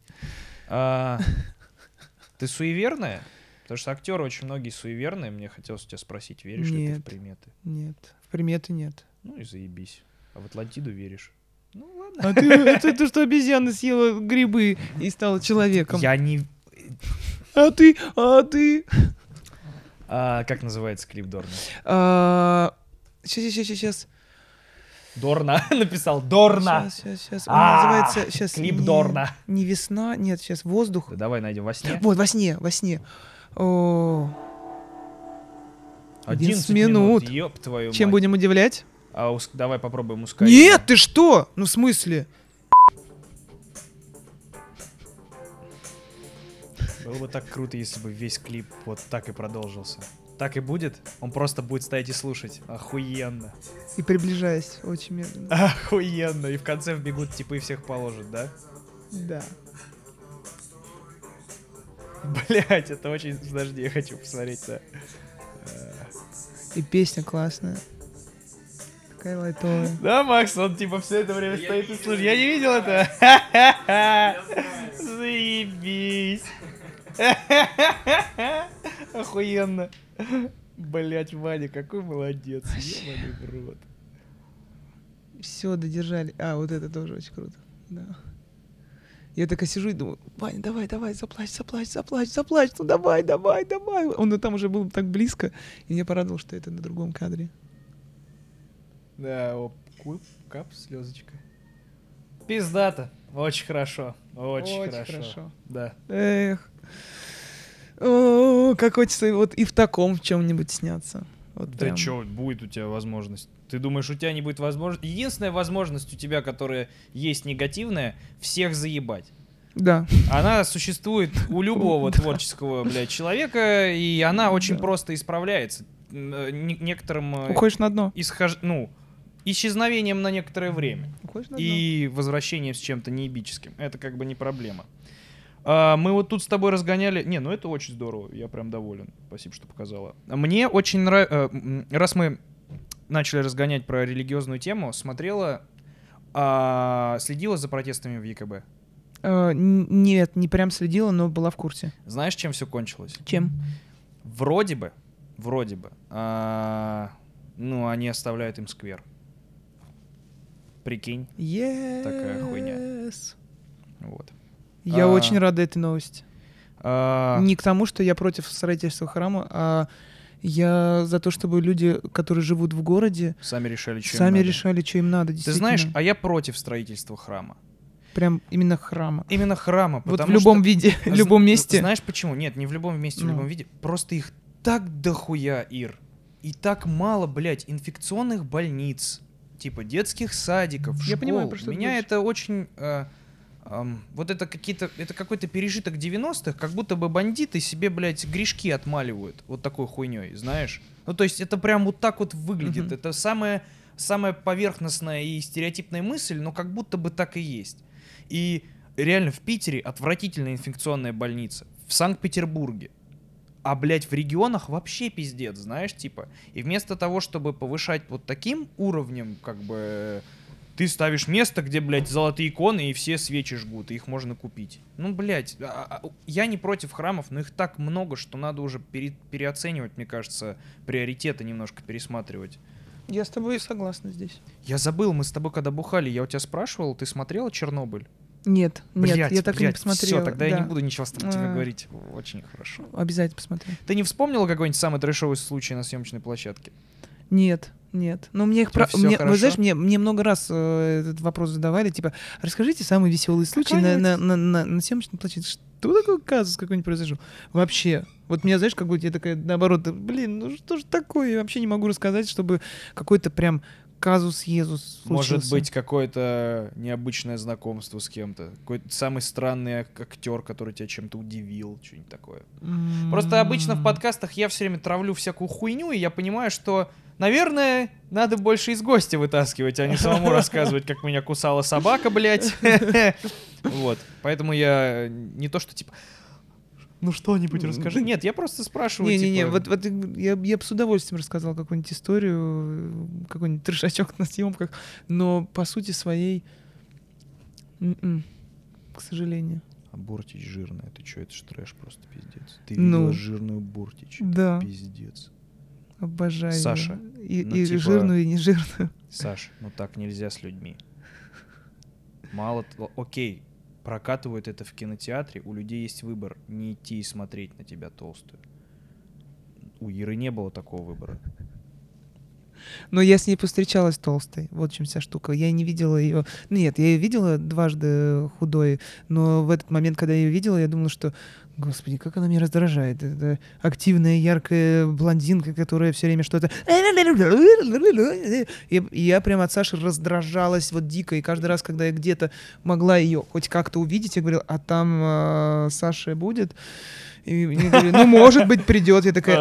Ты суеверная? Потому что актеры очень многие суеверные. Мне хотелось у тебя спросить, веришь ли ты в Нет. приметы? Нет, в приметы нет. Ну и заебись. А в Атлантиду веришь? Ну ладно. А ты что, обезьяна съела грибы и стала человеком? Я не... А ты? Как называется клип Дорна? Сейчас. Дорна. Написал Дорна. Сейчас. Он называется... Сейчас. Клип Дорна. Не весна, нет, сейчас воздух. Да давай найдем во сне. Вот, во сне. О, 11 минут. Ёб твою чем мать. будем удивлять? Давай попробуем ускорить. Нет, ты что? Ну, в смысле? Было бы так круто, если бы весь клип вот так и продолжился. Так и будет? Он просто будет стоять и слушать. Охуенно. И приближаясь очень медленно. Охуенно. И в конце вбегут типы и всех положат, да? Да. Блять, это очень... Подожди, я хочу посмотреть, да. И песня классная. Такая лайтовая. Да, Макс, он типа все это время стоит и слушает. Я не видел это. Заебись. Охуенно. Блять, Ваня, какой молодец. Ебаный в рот. Все, додержали. Вот это тоже очень круто. Да. Я такая сижу и думаю, Ваня, давай, заплачь. Ну давай. Он там уже был так близко, и меня порадовал, что это на другом кадре. Да, кап, слезочка. Пиздато. Очень хорошо. Очень хорошо. Да. Эх. О, как хочется вот и в таком в чем-нибудь сняться. Вот Да прям. чё, будет у тебя возможность. Ты думаешь, у тебя не будет возможности? Единственная возможность у тебя, которая есть негативная, всех заебать. Да. Она существует у любого творческого, блядь, человека, и она очень просто исправляется. Некоторым Уходишь на дно. исчезновением на некоторое время. Уходишь на дно. И возвращением с чем-то неебическим. Это как бы не проблема. Мы вот тут с тобой разгоняли... Не, ну это очень здорово. Я прям доволен. Спасибо, что показала. Мне очень нравится... Раз мы начали разгонять про религиозную тему, следила за протестами в ЕКБ. Нет, не прям следила, но была в курсе. Знаешь, чем все кончилось? Чем? Вроде бы, ну, они оставляют им сквер. Прикинь, такая хуйня. Вот. Я очень рада этой новости. А, Не к тому, что я против строительства храма, а я за то, чтобы люди, которые живут в городе, Сами решали, что сами им надо. решали, что им надо. Ты знаешь, а я против строительства храма. Прям именно храма. Именно храма, Вот потому в любом что... виде, в любом месте. Знаешь почему? Нет, не в любом месте, в Ну. любом виде. Просто их так дохуя, Ир. И так мало, блядь, инфекционных больниц, типа детских садиков, Я школ. понимаю, про что ты Меня говоришь. это очень... вот это какие-то... Это какой-то пережиток 90-х, как будто бы бандиты себе, блядь, грешки отмаливают вот такой хуйней, знаешь? Ну, то есть это прям вот так вот выглядит. Мгм. Это самая поверхностная и стереотипная мысль, но как будто бы так и есть. И реально в Питере отвратительная инфекционная больница. В Санкт-Петербурге. А, блядь, в регионах вообще пиздец, знаешь, типа. И вместо того, чтобы повышать вот таким уровнем, как бы, ты ставишь место, где, блядь, золотые иконы и все свечи жгут, и их можно купить. Ну, блядь, я не против храмов, но их так много, что надо уже переоценивать, мне кажется, приоритеты немножко пересматривать. Я с тобой согласна здесь. Я забыл, мы с тобой когда бухали, я у тебя спрашивал, ты смотрела «Чернобыль»? Нет, Блядь, я так и не посмотрела. Все, тогда я да. не буду ничего тебе А. говорить. Очень хорошо. Обязательно посмотрю. Ты не вспомнила какой-нибудь самый трэшовый случай на съемочной площадке? Нет. Но мне их тебя всё вы хорошо? знаешь, мне много раз этот вопрос задавали, типа, расскажите самый веселый случай на съемочной площадке. Что такое казус какой-нибудь произошел? Вообще. Вот меня, знаешь, как будто я такая, наоборот, блин, ну что ж такое? Я вообще не могу рассказать, чтобы какой-то прям казус Езус случился. Может быть, какое-то необычное знакомство с кем-то. Какой-то самый странный актер, который тебя чем-то удивил, что-нибудь такое. Просто обычно в подкастах я все время травлю всякую хуйню, и я понимаю, что, наверное, надо больше из гостя вытаскивать, а не самому рассказывать, как меня кусала собака, блядь. Вот. Поэтому я не то, что типа... Ну что-нибудь расскажи. Нет, я просто спрашиваю, Не-не-не, типа... вот я бы с удовольствием рассказал какую-нибудь историю, какой-нибудь трешачок на съемках, но по сути своей, к сожалению. А Бортич жирная, ты чё, это ж трэш просто пиздец. Ты Ну, видела жирную Бортич, это да. Пиздец. Обожаю. Саша, И ну, типа- жирную, и не жирную. Саш, ну так нельзя с людьми. Окей, прокатывают это в кинотеатре, у людей есть выбор не идти и смотреть на тебя толстую. У Иры не было такого выбора. Но я с ней повстречалась толстой. Вот в чем вся штука. Я не видела ее. Нет, я ее видела дважды худой, но в этот момент, когда я ее видела, я думала, что, господи, как она меня раздражает. Это активная, яркая блондинка, которая все время что-то... И я прям от Саши раздражалась вот дико. И каждый раз, когда я где-то могла ее хоть как-то увидеть, я говорила, а там Саша будет? И мне говорили, ну, может быть, придет. Я такая,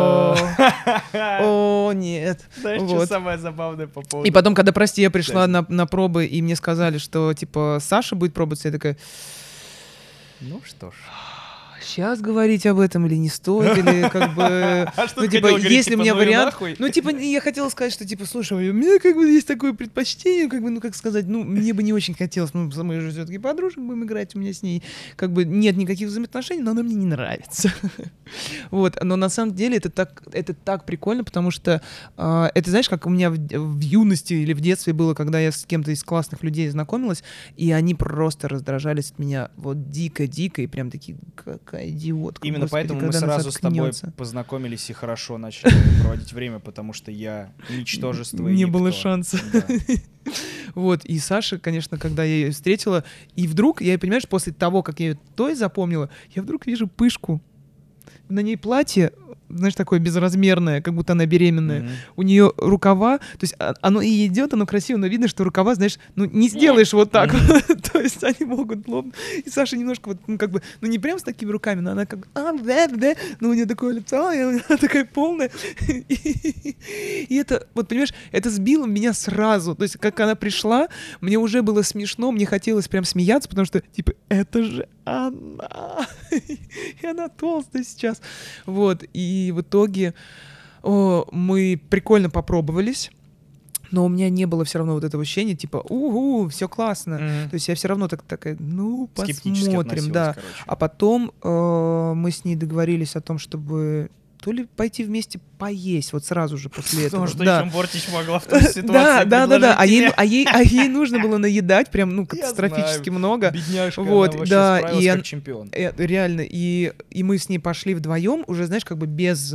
о, нет. Знаешь, Вот. самое забавное по поводу... И потом, когда, прости, я пришла на пробы, и мне сказали, что, типа, Саша будет пробовать, я такая, Ну что ж. сейчас говорить об этом или не стоит, или как бы... А что Ну, ты типа, хотела говорить, если у типа, меня ну и вариант... нахуй? Ну, типа, я хотела сказать, что, типа, слушай, у меня как бы есть такое предпочтение, как бы, ну, как сказать, ну, мне бы не очень хотелось, ну, мы же все-таки подружек будем играть, у меня с ней как бы нет никаких взаимоотношений, но она мне не нравится. Вот, но на самом деле это так прикольно, потому что это, знаешь, как у меня в юности или в детстве было, когда я с кем-то из классных людей знакомилась, и они просто раздражались от меня вот дико-дико, и прям такие, какая идиотка. Именно Господи, поэтому мы когда она сразу с тобой заткнется. познакомились и хорошо начали проводить время, потому что я ничтожество и Не было никто. шанса. Да. Вот, и Саша, конечно, когда я ее встретила, и вдруг, я, понимаешь, после того, как я ее той запомнила, я вдруг вижу пышку. На ней платье, знаешь, такое безразмерное, как будто она беременная. Мгм. У нее рукава, то есть оно и идет, оно красиво, но видно, что рукава, знаешь, ну не сделаешь вот так. То есть они могут лопнуть. И Саша немножко вот, ну как бы, ну не прям с такими руками, но она как бы, но у нее такое лицо, и она такая полная. И это, вот понимаешь, это сбило меня сразу. То есть как она пришла, мне уже было смешно, мне хотелось прям смеяться, потому что, типа, это же она. И она толстая сейчас. Вот, и в итоге мы прикольно попробовались. но у меня не было все равно вот этого ощущения, типа, все классно. Мгм. То есть я все равно такая, ну, Скептически посмотрим, относилась, да. короче. А потом мы с ней договорились о том, чтобы то ли пойти вместе поесть вот сразу же после этого. Потому что Да. еще Бортич могла в той ситуации Да. А предложить ей нужно было наедать прям, ну, Я катастрофически знаю. много. Бедняжка, Вот, она вообще да, справилась и как он- чемпион. Реально, и мы с ней пошли вдвоем, уже, знаешь, как бы без...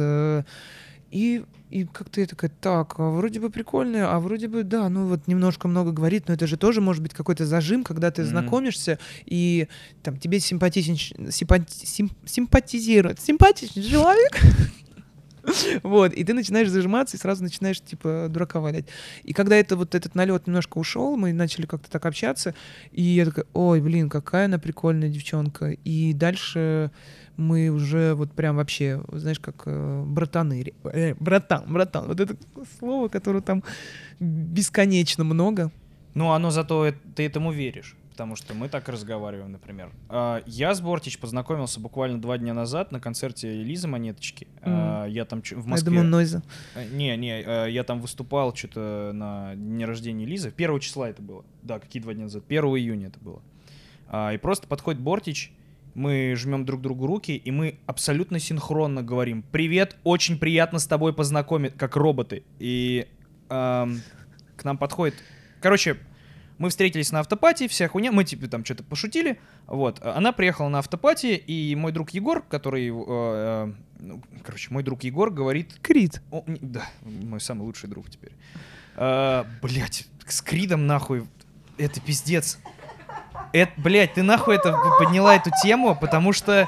И как-то я такая, так, вроде бы прикольно, а вроде бы, да, ну вот немножко много говорит, но это же тоже может быть какой-то зажим, когда ты Мгм. знакомишься, и там тебе симпатизирует симпатичный человек. Вот, и ты начинаешь зажиматься и сразу начинаешь, типа, дурака валять. И когда этот налет немножко ушел, мы начали как-то так общаться, и я такая, ой, блин, какая она прикольная девчонка. И дальше мы уже вот прям вообще, знаешь, как братаны. Братан. Вот это слово, которое там бесконечно много. Ну, оно зато ты этому веришь. Потому что мы так разговариваем, например. Я с Бортич познакомился буквально 2 дня назад на концерте Лизы Монеточки. Я там в Я Москве... думаю, Нойза. Я там выступал что-то на дне рождения Лизы. 1 числа это было. Да, какие 2 дня назад? 1 июня это было. И просто подходит Бортич, мы жмем друг другу руки, и мы абсолютно синхронно говорим: «Привет, очень приятно с тобой познакомиться», как роботы. И к нам подходит... Короче, мы встретились на автопати, вся хуйня, мы типа там что-то пошутили, вот. Она приехала на автопати, и мой друг Егор, который... мой друг Егор говорит... Крид. Да, мой самый лучший друг теперь. Блять, с Кридом нахуй, это пиздец. Блять, ты нахуй подняла эту тему, потому что...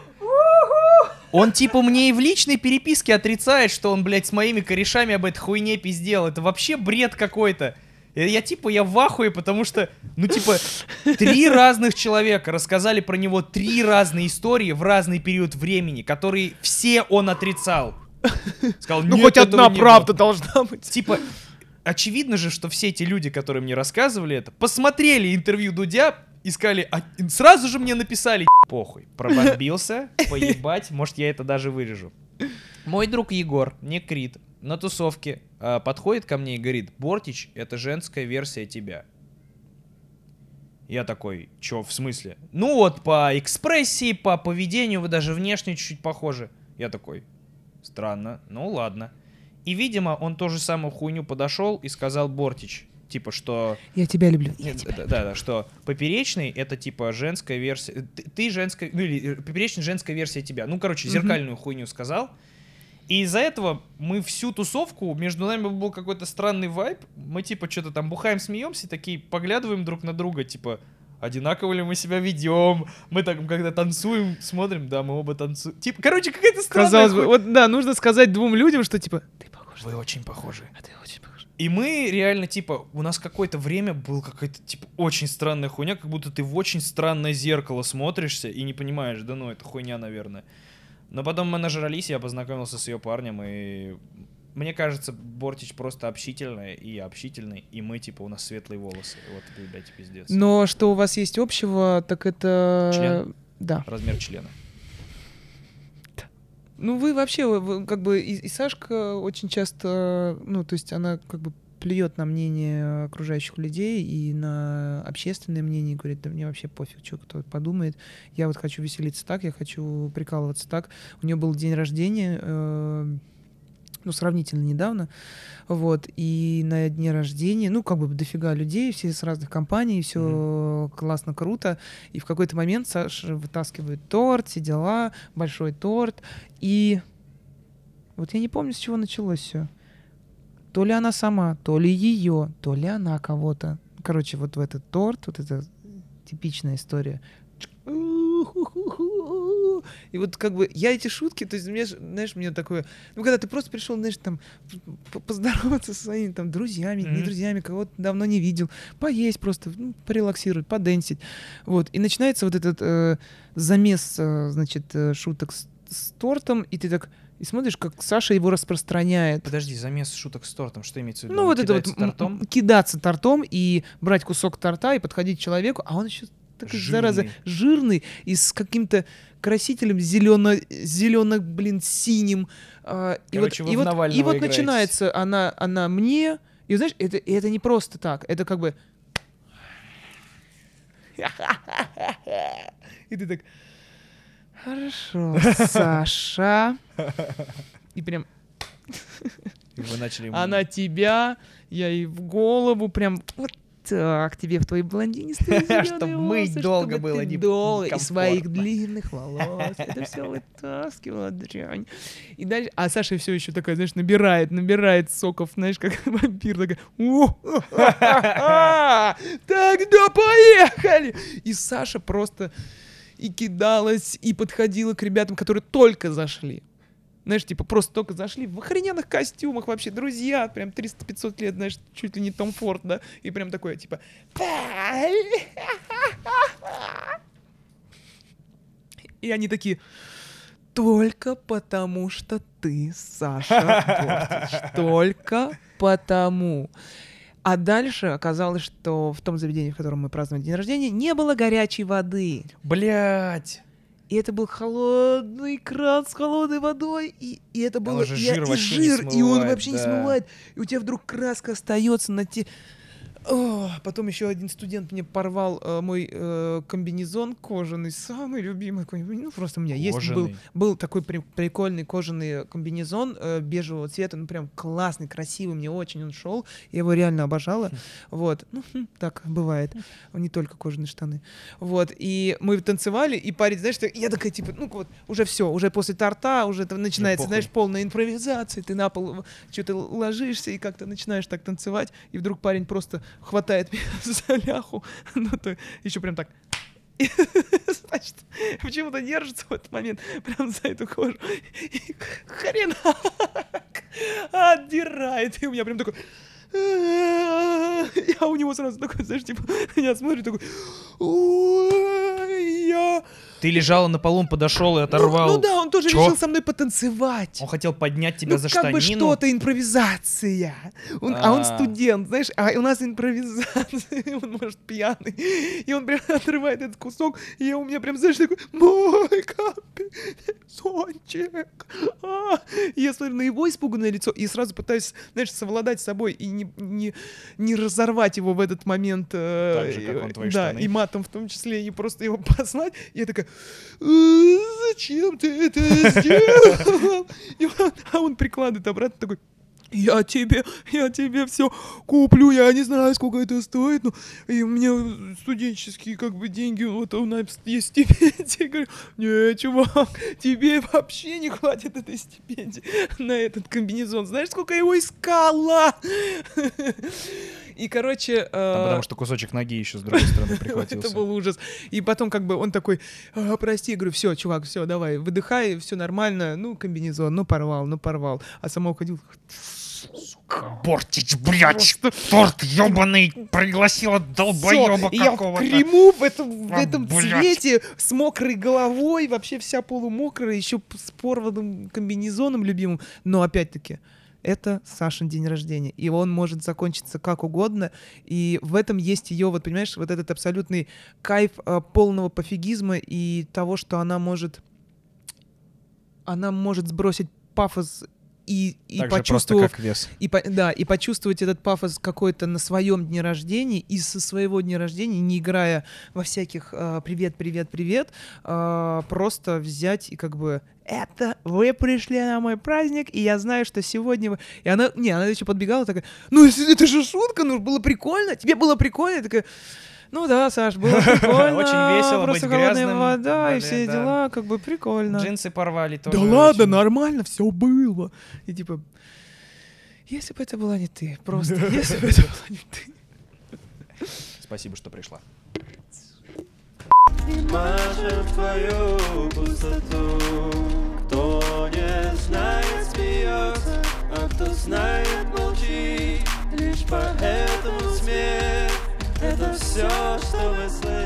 Он типа мне и в личной переписке отрицает, что он, блядь, с моими корешами об этой хуйне пиздел. Это вообще бред какой-то. Я в ахуе, потому что, 3 разных человека рассказали про него 3 разные истории в разный период времени, которые все он отрицал. Сказал, Ну, «Нет, хоть этого одна не правда было». должна быть. Типа, очевидно же, что все эти люди, которые мне рассказывали это, посмотрели интервью Дудя и сказали, сразу же мне написали, похуй, пробомбился, поебать, может, я это даже вырежу. Мой друг Егор, не Крид, на тусовке подходит ко мне и говорит: «Бортич — это женская версия тебя». Я такой: «Чё, в смысле?» «Ну вот, по экспрессии, по поведению вы даже внешне чуть-чуть похожи». Я такой: «Странно, ну ладно». И, видимо, он ту же самую хуйню подошел и сказал Бортич, типа, что... Я тебя люблю. Да, что поперечный — это, типа, женская версия... Ты женская... Ну, или поперечный — женская версия тебя. Ну, короче, зеркальную хуйню сказал. И из-за этого мы всю тусовку, между нами был какой-то странный вайб. Мы, типа, что-то там бухаем, смеемся, такие поглядываем друг на друга, типа, одинаково ли мы себя ведем. Мы так, когда танцуем, смотрим, да, мы оба танцуем. Типа, короче, какая-то странная Казалось бы, вот да, нужно сказать 2 людям, что типа, ты похож. Вы очень похожи. А ты очень похож. И мы реально, типа, у нас какое-то время был какая-то, типа, очень странная хуйня, как будто ты в очень странное зеркало смотришься и не понимаешь, да ну, это хуйня, наверное. Но потом мы нажрались, я познакомился с ее парнем, и мне кажется, Бортич просто общительная, и я общительный, и мы, типа, у нас светлые волосы. Вот это, блядь, пиздец. Но что у вас есть общего, так это... Член? Да. Размер члена. Ну вы вообще, как бы, и Сашка очень часто, ну, то есть она как бы плюет на мнение окружающих людей и на общественное мнение, и говорит, да мне вообще пофиг, что кто подумает. Я вот хочу веселиться так, я хочу прикалываться так. У нее был день рождения, ну, сравнительно недавно, вот, и на дне рождения, ну, как бы дофига людей, все с разных компаний, все классно, круто, и в какой-то момент Саша вытаскивает торт, все дела, большой торт, и вот я не помню, с чего началось все. То ли она сама, то ли ее, то ли она кого-то. Короче, вот в этот торт, вот эта типичная история. И вот как бы я эти шутки, то есть, мне, знаешь, мне такое... Ну, когда ты просто пришел, знаешь, там, поздороваться со своими там друзьями, не друзьями, кого-то давно не видел, поесть просто, ну, порелаксировать, подэнсить. Вот. И начинается вот этот замес, значит, шуток с тортом, и ты так... И смотришь, как Саша его распространяет. Подожди, замес шуток с тортом, что имеется в виду? Ну, вот это вот тортом? кидаться тортом и брать кусок торта и подходить к человеку, а он еще такой, зараза, жирный и с каким-то красителем зелено, блин, синим. Короче, вы в и Навального вот играете. начинается она мне, И знаешь, это не просто так, это как бы... И ты так... Хорошо, Саша. И прям... И вы начали... А на тебя я и в голову прям вот так тебе в твои блондинистые зелёные Чтоб мыть волосы, долго чтобы было ты не долго из своих некомфортно. длинных волос это все вытаскивала дрянь. И дальше, а Саша все еще такая, знаешь, набирает соков, знаешь, как вампир, такая, тогда поехали! И Саша просто и кидалась, и подходила к ребятам, которые только зашли. Знаешь, типа, просто только зашли в охрененных костюмах вообще, друзья, прям 300-500 лет, знаешь, чуть ли не Том Форд, да, и прям такое, типа... И они такие, только потому, что ты, Саша, Бортич, только потому. А дальше оказалось, что в том заведении, в котором мы праздновали день рождения, не было горячей воды. Блять! И это был холодный кран с холодной водой, и это было... уже жир и вообще не жир, и он смывает, вообще не да. смывает. И у тебя вдруг краска остается на те... О, потом еще один студент мне порвал мой комбинезон кожаный, самый любимый какой-нибудь. Ну, просто у меня есть. Был такой прикольный кожаный комбинезон бежевого цвета, ну, прям классный, красивый, мне очень он шел. Я его реально обожала. Вот. Ну, так бывает. Не только кожаные штаны. Вот. И мы танцевали, и парень, знаешь, я такая, типа, ну, вот, уже все, уже после торта, уже начинается, знаешь, полная импровизация, ты на пол что-то ложишься и как-то начинаешь так танцевать, и вдруг парень просто хватает меня за ляху, ну, то еще прям так, и, значит, почему-то держится в этот момент прям за эту кожу, и хренак отдирает, и у меня прям такой... Я у него сразу такой, знаешь, типа, меня смотрит, такой... Ты лежала на полу, он подошел и оторвал. Ну да, он тоже Чё? решил со мной потанцевать. Он хотел поднять тебя за как бы штанину. что-то, импровизация. А он студент, знаешь, а у нас импровизация, он, может, пьяный. И он прям отрывает этот кусок, и у меня прям, знаешь, такой, мой капюшончик. И я смотрю на его испуганное лицо, и сразу пытаюсь, знаешь, совладать с собой и не разорвать его в этот момент. Так же, как он твои да, штаны. и матом в том числе, и просто его послать. И я такая, зачем ты это сделал? А он прикладывает обратно такой, я тебе все куплю, я не знаю, сколько это стоит, но и у меня студенческие как бы деньги, вот у нас есть стипендия. Я говорю, не, чувак, тебе вообще не хватит этой стипендии на этот комбинезон. Знаешь, сколько я его искала? И, короче... Потому что кусочек ноги еще с другой стороны прихватился. Это был ужас. И потом как бы он такой, прости, я говорю, все, чувак, все, давай, выдыхай, все нормально, ну, комбинезон, ну, порвал. А сама уходил... Бортич, блядь, торт ебаный, пригласила долбоеба и я в какого-то. Крыму в этом блядь. цвете, с мокрой головой, вообще вся полумокрая, еще с порванным комбинезоном любимым. Но опять-таки, это Сашин день рождения, и он может закончиться как угодно, и в этом есть ее, вот понимаешь, вот этот абсолютный кайф полного пофигизма и того, что она может сбросить пафос и Так же почувствовав, просто, как вес. и почувствовать этот пафос какой-то на своем дне рождения, и со своего дня рождения, не играя во всяких «привет», просто взять и как бы «это вы пришли на мой праздник, и я знаю, что сегодня вы...» И она еще подбегала такая, ну это же шутка, ну было прикольно, тебе было прикольно? Я такая... Ну да, Саш, было прикольно. Очень весело просто быть холодная грязным. вода и все Да. дела, как бы прикольно. Джинсы порвали тоже. Да ладно, очень. нормально, все было. И типа, если бы это была не ты, просто, если бы это была не ты. Спасибо, что пришла. И мажем твою пустоту. Кто не знает, смеется, а кто знает, молчит. Лишь поэтому смех — это все, что мы слышим.